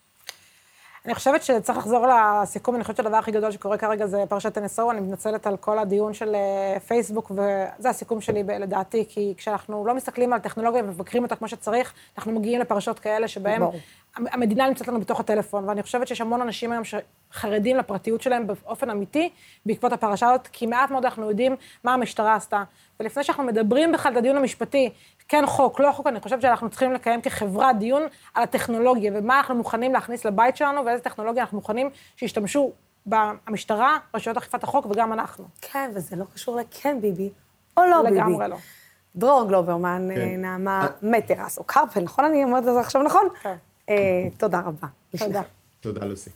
אני חושבת שצריך לחזור לסיכום, אני חושבת שהדבר הכי גדול שקורה כרגע זה פרשת NSO, אני מתנצלת על כל הדיון של פייסבוק, וזה הסיכום שלי לדעתי, כי כשאנחנו לא מסתכלים על טכנולוגיה ומבקרים אותה כמו שצריך, אנחנו מגיעים לפרשות כאלה שבהם המדינה נמצאת לנו בתוך הטלפון, ואני חושבת שיש המון אנשים היום שחרדים לפרטיות שלהם באופן אמיתי, בעקבות הפרשה הזאת, כי מעט מאוד אנחנו יודעים מה המשטרה עשתה. ולפני שאנחנו מדברים בכלל את הדיון המשפטי, כן חוק, לא חוק, אני חושבת שאנחנו צריכים לקיים כחברה דיון על הטכנולוגיה, ומה אנחנו מוכנים להכניס לבית שלנו, ואיזה טכנולוגיה אנחנו מוכנים שישתמשו במשטרה, רשויות אכיפת החוק, וגם אנחנו. כן, וזה לא קשור לכן ביבי, או לא ביבי. לגמרי לא. דרור גלוברמן, נעמה מטרס, או קרפל, נכון? אני אומרת את זה עכשיו נכון? כן. תודה רבה. תודה. תודה, לוסי.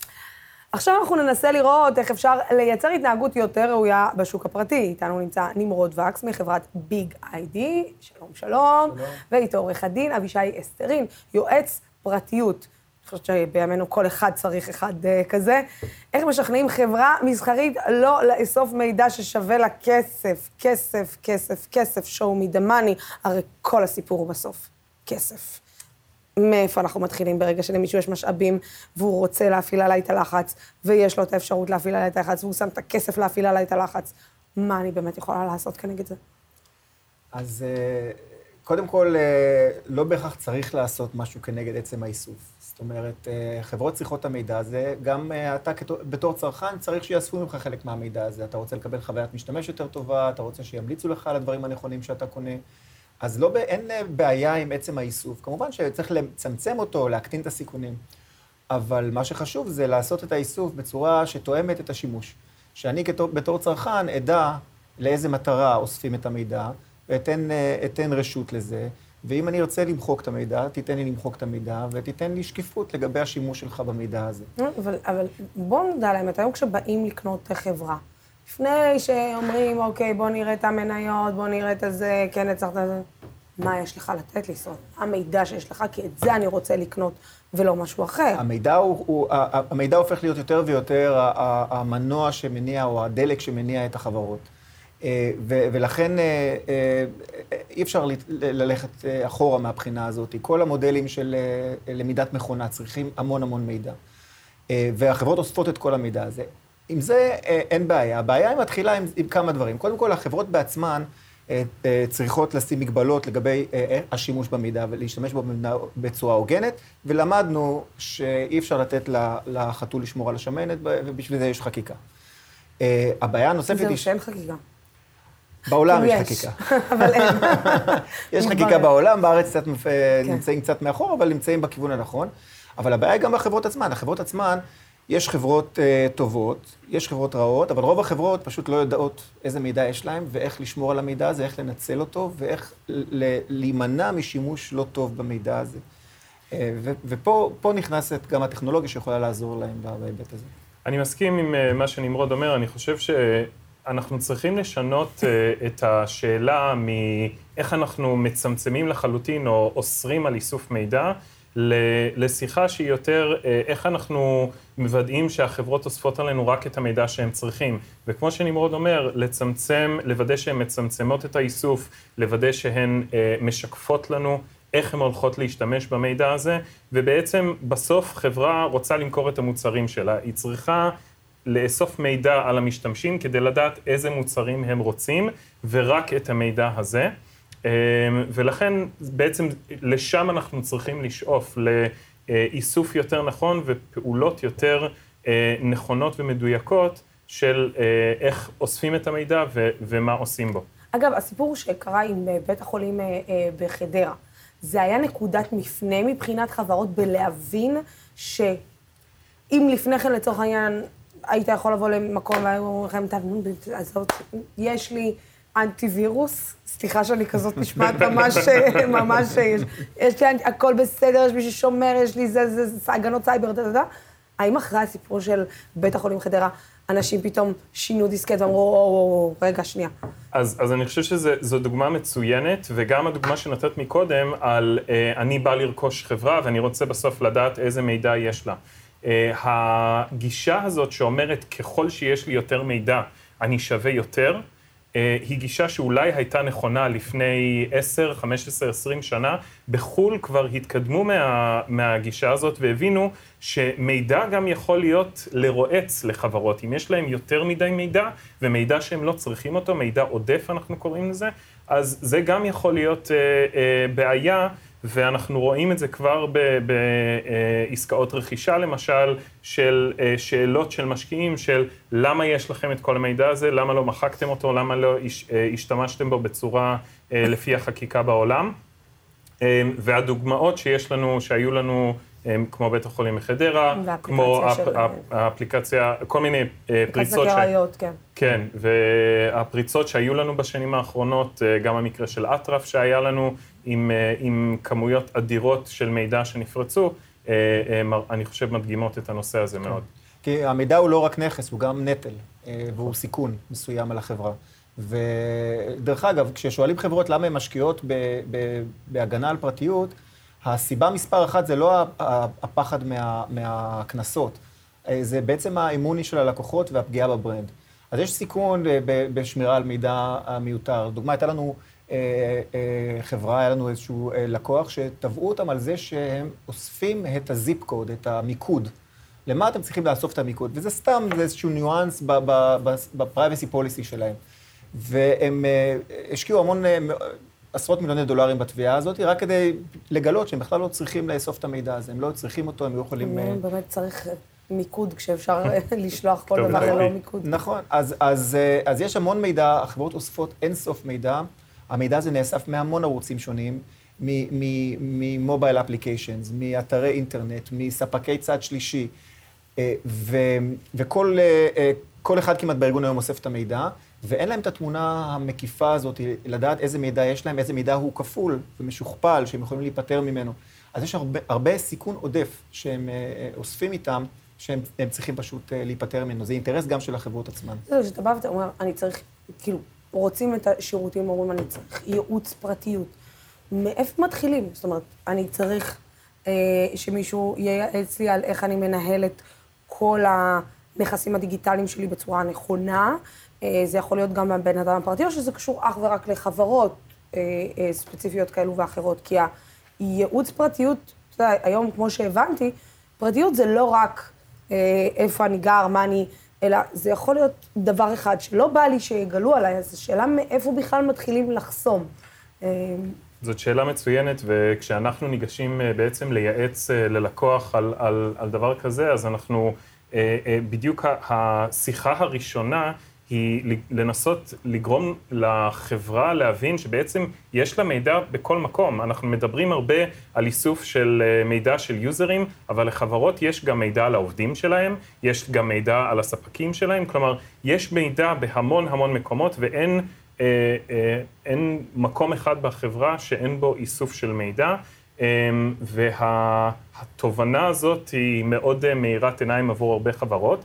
עכשיו אנחנו ננסה לראות איך אפשר לייצר התנהגות יותר ראויה בשוק הפרטי. איתנו נמצא נמרוד וקס מחברת ביג איי-די, שלום. ואיתו עורך הדין אבישי אסתרין, יועץ פרטיות. אני חושבת שבימינו כל אחד צריך אחד כזה. איך משכנעים חברה מסחרית לא לאסוף מידע ששווה לה כסף, כסף, כסף, כסף, show me the money, הרי כל הסיפור הוא בסוף כסף. מאיפה אנחנו מתחילים ברגע שלמישהו יש משאבים, והוא רוצה להפעיל עליי את הלחץ, ויש לו את האפשרות להפעיל עליי את הלחץ, והוא שם את הכסף להפעיל עליי את הלחץ. מה אני באמת יכולה לעשות כנגד זה? אז קודם כל, לא בהכרח צריך לעשות משהו כנגד עצם האיסוף. זאת אומרת, חברות צריכות את המידע הזה, גם אתה בתור צרכן צריך שיאספו ממך חלק מהמידע הזה. אתה רוצה לקבל חוויית משתמש יותר טובה, אתה רוצה שימליצו לך על הדברים הנכונים שאתה קונה. אז אין בעיה עם עצם האיסוף. כמובן שצריך לצמצם אותו, להקטין את הסיכונים. אבל מה שחשוב זה לעשות את האיסוף בצורה שתואמת את השימוש. שאני בתור צרכן אדע לאיזה מטרה אוספים את המידע, ואתן רשות לזה, ואם אני ארצה למחוק את המידע, תיתן לי למחוק את המידע, ותיתן לי שקיפות לגבי השימוש שלך במידע הזה. אבל בואו נדע להם, היום כשבאים לקנות חברה, לפני שאומרים, אוקיי, בוא נראה את המניות, בוא נראה את הזה, כן, הצלחת את זה, מה יש לך לתת לי? המידע שיש לך, כי את זה אני רוצה לקנות, ולא משהו אחר. המידע הופך להיות יותר ויותר המנוע שמניע, או הדלק שמניע את החברות. ולכן אי אפשר ללכת אחורה מהבחינה הזאת. כל המודלים של למידת מכונה צריכים המון המון מידע. והחברות אוספות את כל המידע הזה. עם זה אין בעיה. הבעיה היא מתחילה עם כמה דברים. קודם כל, החברות בעצמן צריכות לשים מגבלות לגבי השימוש במידע ולהשתמש בו בצורה הוגנת, ולמדנו שאי אפשר לתת לחתול לשמור על השמנת, ובשביל זה יש חקיקה. הבעיה הנוספת היא... זהו שאין חקיקה. בעולם יש חקיקה. אבל אין. יש חקיקה בעולם, בארץ נמצאים קצת מאחור, אבל נמצאים בכיוון הנכון. אבל הבעיה היא גם בחברות עצמן. החברות עצמן, יש חברות טובות, יש חברות רעות, אבל רוב החברות פשוט לא יודעות איזה מידע יש להם, ואיך לשמור על המידע הזה, איך לנצל אותו, ואיך להימנע משימוש לא טוב במידע הזה. ופה נכנסת גם הטכנולוגיה שיכולה לעזור להם בהיבט הזה. אני מסכים עם מה שנמרוד אומר, אני חושב שאנחנו צריכים לשנות את השאלה מאיך אנחנו מצמצמים לחלוטין או אוסרים על איסוף מידע, לשיחה שהיא יותר איך אנחנו מוודאים שהחברות אוספות עלינו רק את המידע שהם צריכים. וכמו שנמרוד אומר, לוודא שהן מצמצמות את האיסוף, לוודא שהן משקפות לנו איך הן הולכות להשתמש במידע הזה, ובעצם בסוף חברה רוצה למכור את המוצרים שלה. היא צריכה לאסוף מידע על המשתמשים כדי לדעת איזה מוצרים הם רוצים, ורק את המידע הזה. ולכן בעצם לשם אנחנו צריכים לשאוף, לאיסוף יותר נכון ופעולות יותר נכונות ומדויקות של איך אוספים את המידע ומה עושים בו. אגב, הסיפור שקרה עם בית החולים בחדרה, זה היה נקודת מפנה מבחינת חברות בלהבין שאם לפני כן לצורך העניין היית יכול לבוא למקום והיו לכם יש לי אנטיווירוס, סליחה שאני כזאת נשמעת ממש, יש לי הכל בסדר, יש מי ששומר, יש לי זה הגנות סייבר, האם אחרי הסיפור של בית החולים חדרה, אנשים פתאום שינו דיסקט ואמרו, רגע, שנייה. אז אני חושב שזו דוגמה מצוינת, וגם הדוגמה שנתת מקודם על אני בא לרכוש חברה, ואני רוצה בסוף לדעת איזה מידע יש לה. הגישה הזאת שאומרת, ככל שיש לי יותר מידע, אני שווה יותר, היא גישה שאולי הייתה נכונה לפני 10, 15, 20 שנה. בחול כבר התקדמו מהגישה הזאת והבינו שמידע גם יכול להיות לרועץ לחברות. אם יש להם יותר מדי מידע ומידע שהם לא צריכים אותו, מידע עודף אנחנו קוראים לזה, אז זה גם יכול להיות בעיה, ואנחנו רואים את זה כבר בעסקאות רכישה, למשל, של שאלות של משקיעים, של למה יש לכם את כל המידע הזה, למה לא מחקתם אותו, למה לא השתמשתם בו בצורה לפי החקיקה בעולם. והדוגמאות שהיו לנו, כמו בית החולים מחדרה, כמו האפליקציה, כל מיני פריצות כן, והפריצות שהיו לנו בשנים האחרונות, גם המקרה של אטרף שהיה לנו, עם כמויות אדירות של מידע שנפרצו, אני חושב מדגימות את הנושא הזה מאוד. כי המידע הוא לא רק נכס, הוא גם נטל, והוא סיכון מסוים על החברה. ודרך אגב, כששואלים חברות למה הן משקיעות בהגנה על פרטיות, הסיבה מספר אחת זה לא הפחד מהכנסות, זה בעצם האימוני של הלקוחות והפגיעה בברנד. אז יש סיכון בשמירה על מידע מיותר. דוגמה, הייתה לנו חברה, היה לנו איזשהו לקוח שטבעו אותם על זה שהם אוספים את הזיפ קוד, את המיקוד. למה אתם צריכים לאסוף את המיקוד? וזה סתם, זה איזשהו ניואנס בפרייבסי פוליסי שלהם. והם השקיעו עשרות מיליוני דולרים בתביעה הזאת, רק כדי לגלות שהם בכלל לא צריכים לאסוף את המידע הזה. הם לא צריכים אותו, הם לא יכולים... באמת צריך מיקוד כשאפשר לשלוח כל דבר ללא מיקוד. נכון, אז יש המון מידע, החברות אוספות אינסוף מידע, המידע הזה נאסף מהמון ערוצים שונים, ממובייל אפליקיישנס, מאתרי אינטרנט, מספקי צד שלישי, וכל אחד כמעט בארגון היום אוסף את המידע, ואין להם את התמונה המקיפה הזאת, לדעת איזה מידע יש להם, איזה מידע הוא כפול ומשוכפל, שהם יכולים להיפטר ממנו. אז יש הרבה סיכון עודף שהם אוספים איתם, שהם צריכים פשוט להיפטר ממנו. זה אינטרס גם של החברות עצמן. זה שאתה בא ואתה אומר, אני צריך, כאילו, רוצים את השירותים, אומרים, אני צריך ייעוץ פרטיות. מאיפה מתחילים? זאת אומרת, אני צריך שמישהו ייעץ לי על איך אני מנהל את כל הנכסים הדיגיטליים שלי בצורה נכונה. זה יכול להיות גם בן אדם הפרטי, או שזה קשור אך ורק לחברות ספציפיות כאלו ואחרות. כי הייעוץ פרטיות, אתה יודע, היום כמו שהבנתי, פרטיות זה לא רק איפה אני גר, מה אני, אלא זה יכול להיות דבר אחד שלא בא לי שיגלו עליי, אז השאלה מאיפה בכלל מתחילים לחסום. זאת שאלה מצוינת, וכשאנחנו ניגשים בעצם לייעץ ללקוח על דבר כזה, אז אנחנו, בדיוק השיחה הראשונה היא לנסות לגרום לחברה להבין שבעצם יש לה מידע בכל מקום. אנחנו מדברים הרבה על איסוף של מידע של יוזרים, אבל לחברות יש גם מידע על העובדים שלהם, יש גם מידע על הספקים שלהם, כלומר, יש מידע בהמון המון מקומות, ואין מקום אחד בחברה שאין בו איסוף של מידע, והתובנה הזאת היא מאוד מאירת עיניים עבור הרבה חברות,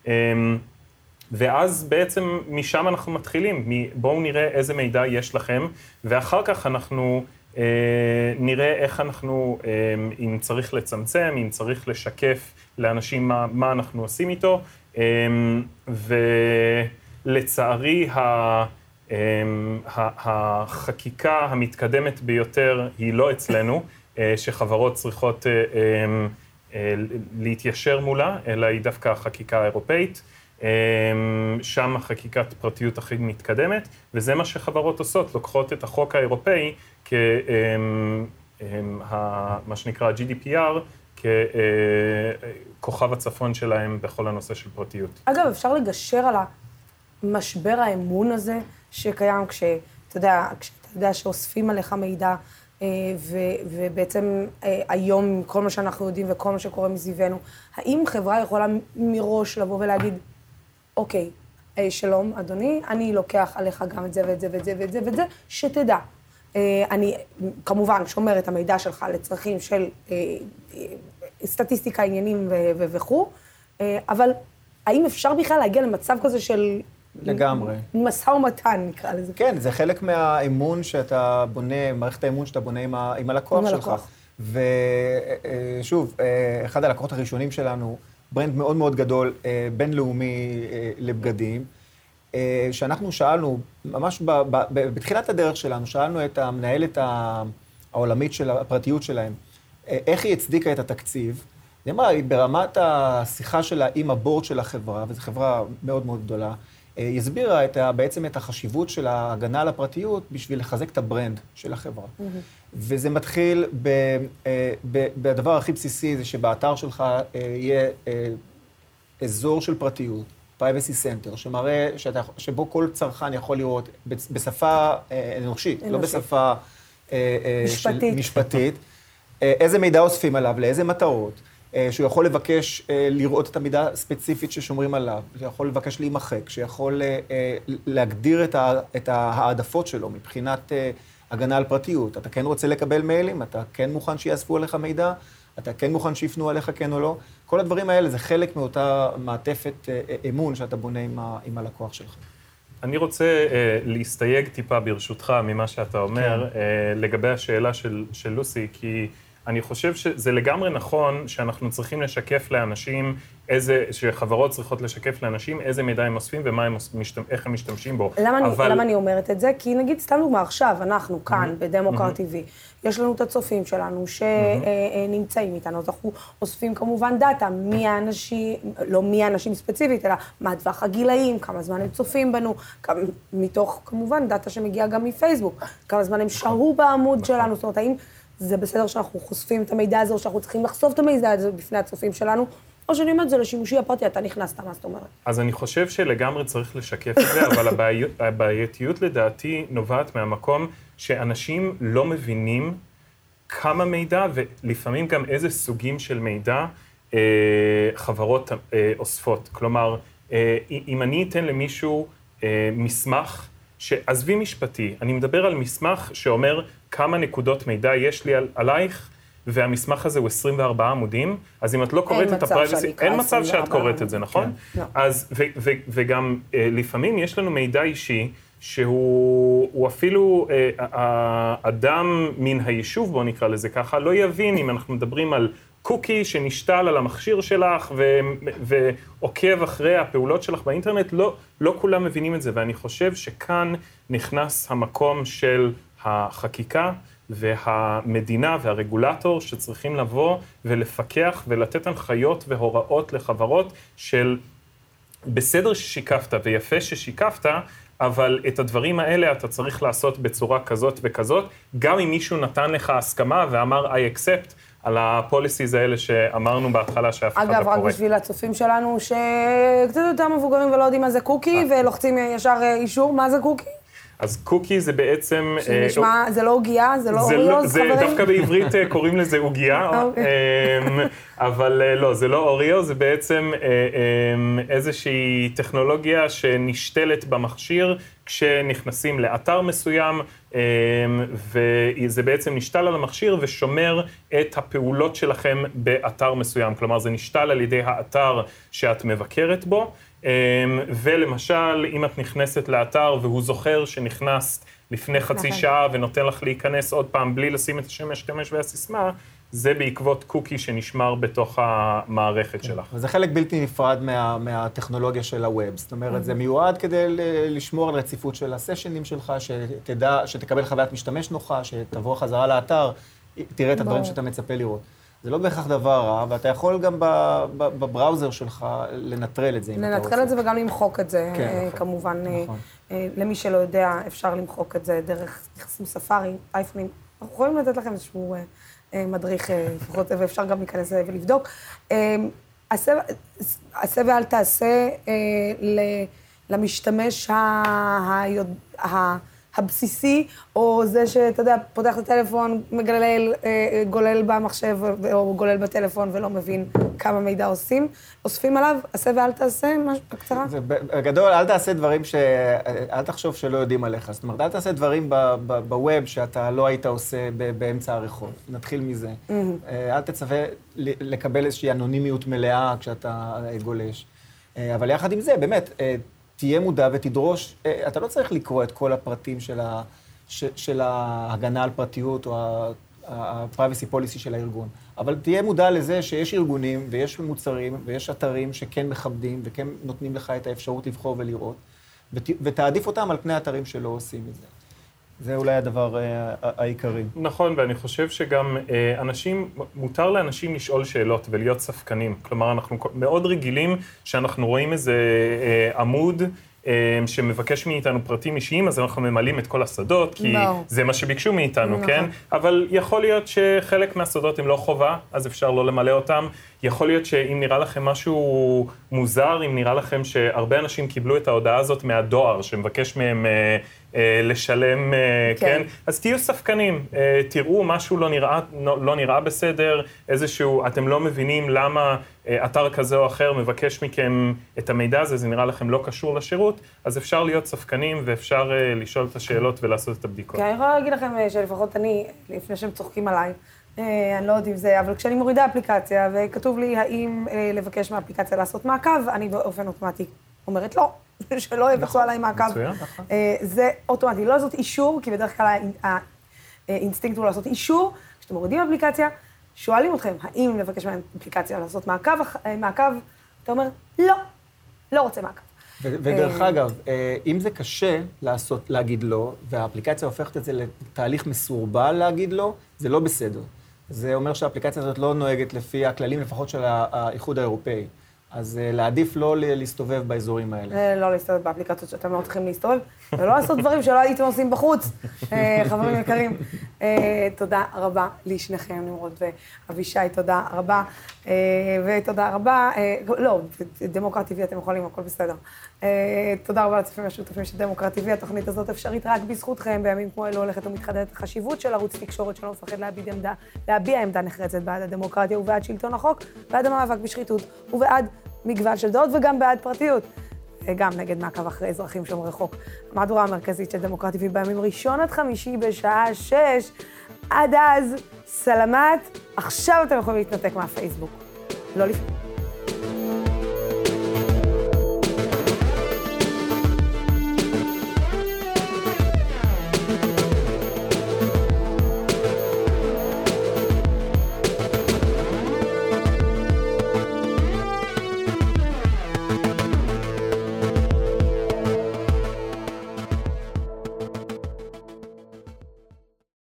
ואז בעצם משם אנחנו מתחילים, בואו נראה איזה מידע יש לכם, ואחר כך אנחנו נראה איך אנחנו, אם צריך לצמצם, אם צריך לשקף לאנשים מה אנחנו עושים איתו, ולצערי החקיקה המתקדמת ביותר היא לא אצלנו, שחברות צריכות להתיישר מולה, אלא היא דווקא החקיקה האירופאית, שם החקיקת פרטיות הכי מתקדמת, וזה מה שחברות עושות, לוקחות את החוק האירופאי מה שנקרא GDPR, ככוכב הצפון שלהם בכל הנושא של פרטיות. אגב, אפשר לגשר על המשבר האמון הזה שקיים כשאתה יודע שאוספים עליך מידע, ובעצם היום כל מה שאנחנו יודעים וכל מה שקורה מסביבנו, האם חברה יכולה מראש לבוא ולהגיד, אוקיי, שלום, אדוני, אני לוקח עליך גם את זה ואת זה ואת זה ואת זה ואת זה, שתדע. אני כמובן שומר את המידע שלך לצרכים של סטטיסטיקה, עניינים וכו', אבל האם אפשר בכלל להגיע למצב כזה של... לגמרי. משא ומתן, נקרא לזה. כן, זה חלק מהאמון שאתה בונה, מערכת האמון שאתה בונה עם הלקוח שלך. ושוב, אחד הלקוחות הראשונים שלנו, ברנד מאוד מאוד גדול, בינלאומי לבגדים, שאנחנו שאלנו, ממש בתחילת הדרך שלנו, שאלנו את המנהלת העולמית של הפרטיות שלהם, איך היא הצדיקה את התקציב. היא אמרה, ברמת השיחה שלה עם הבורד של החברה, וזו חברה מאוד מאוד גדולה, היא הסבירה בעצם את החשיבות של ההגנה על הפרטיות בשביל לחזק את הברנד של החברה. וזה מתחיל בדבר הכי בסיסי, זה שבאתר שלך יהיה אזור של פרטיות, privacy center, שמראה שבו כל צרכן יכול לראות בשפה אנושית, לא בשפה משפטית, איזה מידע אוספים עליו, לאיזה מטרות, שהוא יכול לבקש לראות את המידע הספציפית ששומרים עליו, שיכול לבקש להימחק, שיכול להגדיר את העדפות שלו מבחינת הגנה על פרטיות. אתה כן רוצה לקבל מיילים, אתה כן מוכן שיאספו עליך מידע, אתה כן מוכן שיפנו עליך כן או לא. כל הדברים האלה זה חלק מאותה מעטפת אמון שאתה בונה עם הלקוח שלך. אני רוצה להסתייג טיפה ברשותך ממה שאתה אומר, לגבי השאלה של לוסי, כי אני חושב שזה לגמרי נכון שאנחנו צריכים לשקף לאנשים שחברות צריכות לשקף לאנשים איזה מידע הם אוספים ואיך הם משתמשים בו. למה אני אומרת את זה? כי נגיד, סתם דוגמה, עכשיו אנחנו כאן בדמוקרט TV, יש לנו את הצופים שלנו שנמצאים איתנו, אז אנחנו אוספים כמובן דאטה, לא מי האנשים ספציפית, אלא מה הטווח הגילאים, כמה זמן הם צופים בנו, מתוך כמובן דאטה שמגיע גם מפייסבוק, כמה זמן הם שהו בעמוד שלנו, זאת אומרת, האם זה בסדר שאנחנו חושפים את המידע הזה, או שאנחנו צריכים לחשוף את המידע הזה בפני הצופים שלנו, או שאני אומרת, זה לשימושי הפרטי, אתה נכנסת, מה זאת אומרת? אז אני חושב שלגמרי צריך לשקף את זה, אבל הבעייתיות לדעתי נובעת מהמקום שאנשים לא מבינים כמה מידע, ולפעמים גם איזה סוגים של מידע חברות אוספות. כלומר, אם אני אתן למישהו מסמך, שעזבי משפטי, אני מדבר על מסמך שאומר כמה נקודות מידע יש לי עלייך, והמסמך הזה הוא 24 עמודים, אז אם את לא קוראת את הפרייבסי, אין מצב שאת קוראת את זה, נכון? אז, וגם לפעמים יש לנו מידע אישי, שהוא אפילו אדם מן היישוב, בוא נקרא לזה ככה, לא יבין אם אנחנו מדברים על קוקי שנשתל על המכשיר שלך ועוקב אחרי הפעולות שלך באינטרנט, לא כולם מבינים את זה, ואני חושב שכאן נכנס המקום של החקיקה והמדינה והרגולטור שצריכים לבוא ולפקח ולתת הנחיות והוראות לחברות של בסדר ששיקפת ויפה ששיקפת, אבל את הדברים האלה אתה צריך לעשות בצורה כזאת וכזאת, גם אם מישהו נתן לך הסכמה ואמר I accept, על הפוליסיז האלה שאמרנו בהתחלה שאף אחד לא קורא. אגב, רק בשביל הצופים שלנו שקצת יותר מבוגרים ולא יודעים מה זה קוקי, ולוחצים ישר אישור, מה זה קוקי? אז קוקי זה בעצם... שנשמע, זה לא עוגיה, זה לא אוריוז, חברים? דווקא בעברית קוראים לזה עוגיה, אבל לא, זה לא אוריוז, זה בעצם איזושהי טכנולוגיה שנשתלת במכשיר כשנכנסים לאתר מסוים, וזה בעצם נשתל על המכשיר ושומר את הפעולות שלכם באתר מסוים. כלומר, זה נשתל על ידי האתר שאת מבקרת בו, ולמשל, אם את נכנסת לאתר והוא זוכר שנכנסת לפני חצי שעה ונותן לך להיכנס עוד פעם בלי לשים את השם משתמש והסיסמה, זה בעקבות קוקי שנשמר בתוך המערכת שלך. וזה חלק בלתי נפרד מהטכנולוגיה של הווב. זאת אומרת, זה מיועד כדי לשמור על רציפות של הסשנים שלך, שתקבל חוויית משתמש נוחה, שתבוא חזרה לאתר, תראה את הדברים שאתה מצפה לראות. זה לא בהכרח דבר רע, ואתה יכול גם בבראוזר שלך לנטרל את זה, אם אתה רוצה. לנטרל את זה וגם למחוק את זה, כמובן. למי שלא יודע, אפשר למחוק את זה דרך נכנסים ספארי, אייפונים. אנחנו יכולים לתת לכם איזשהו מדריך, ואפשר גם להיכנס ולבדוק. עשה ואל תעשה למשתמש הבסיסי, או זה שאתה יודע, פותח את הטלפון, גולל במחשב או גולל בטלפון ולא מבין כמה מידע אוספים עליו, עשה ואל תעשה, משהו בקצרה? בגדול, אל תעשה דברים אל תחשוב שלא יודעים עליך. זאת אומרת, אל תעשה דברים בווב שאתה לא היית עושה באמצע הרחוב. נתחיל מזה. אל תצווה לקבל איזושהי אנונימיות מלאה כשאתה גולש. אבל יחד עם זה, באמת, תהיה מודע ותדרוש, אתה לא צריך לקרוא את כל הפרטים של ההגנה על פרטיות או ה-privacy policy של הארגון, אבל תהיה מודע לזה שיש ארגונים ויש מוצרים ויש אתרים שכן מכבדים וכן נותנים לך את האפשרות לבחור ולראות, ותעדיף אותם על פני אתרים שלא עושים את זה. זה אולי הדבר העיקרי. נכון, ואני חושב שגם מותר לאנשים לשאול שאלות ולהיות ספקנים. כלומר, אנחנו מאוד רגילים שאנחנו רואים איזה עמוד שמבקש מאיתנו פרטים אישיים, אז אנחנו ממלאים את כל השדות, כי זה מה שביקשו מאיתנו, כן? אבל יכול להיות שחלק מהשדות הם לא חובה, אז אפשר לא למלא אותם. יכול להיות שאם נראה לכם משהו מוזר, אם נראה לכם שהרבה אנשים קיבלו את ההודעה הזאת מהדואר, שמבקש מהם לשלם, כן? אז תהיו ספקנים, תראו משהו לא נראה בסדר, איזשהו, אתם לא מבינים למה אתר כזה או אחר מבקש מכם את המידע הזה, זה נראה לכם לא קשור לשירות, אז אפשר להיות ספקנים ואפשר לשאול את השאלות ולעשות את הבדיקות. אני יכולה להגיד לכם שלפחות אני, לפני שהם צוחקים עליי, אני לא יודעת אם זה, אבל כשאני מורידה אפליקציה וכתוב לי האם לבקש מהאפליקציה לעשות מעקב, אני באופן אוטומטי אומרת לא, שלא יבצעו עליי מעקב. זה אוטומטי, לא לעשות אישור, כי בדרך כלל האינסטינקט הוא לעשות אישור. כשאתם מורידים אפליקציה, שואלים אתכם האם לבקש מהאפליקציה לעשות מעקב, אתה אומר לא רוצה מעקב. ודרך אגב, אם זה קשה להגיד לא, והאפליקציה הופכת את זה לתהליך מסורבל להגיד לא, זה לא בסדר. זה אומר שהאפליקציה הזאת לא נוהגת לפי הכללים, לפחות של האיחוד האירופאי. אז להעדיף לא להסתובב באזורים האלה. לא להסתובב באפליקציות שאתם לא צריכים להסתובב, ולא לעשות דברים שלא הייתם עושים בחוץ, חברים יקרים. תודה רבה לשניכם, נמרוד ואבישי, תודה רבה. ותודה רבה, לא, דמוקרט TV אתם יכולים, הכל בסדר. תודה רבה לצופים השותפים של דמוקרט TV, התוכנית הזאת אפשרית רק בזכותכם, בימים כמו אלו הולכת ומתחדדת החשיבות של ערוץ תקשורת שלא מפחד להביע עמדה נחרצת בעד הדמוקרטיה ובעד שלטון החוק, בעד המאבק בשחיתות ובעד מגוון של דעות וגם בעד פרטיות. גם נגד מעקב אחרי אזרחים שומרי חוק. המהדורה המרכזית של דמוקרט TV בימים ראשון עד חמישי בשעה 6. עד אז, סלמת. עכשיו אתם יכולים להתנתק מהפייסבוק. לא לפני.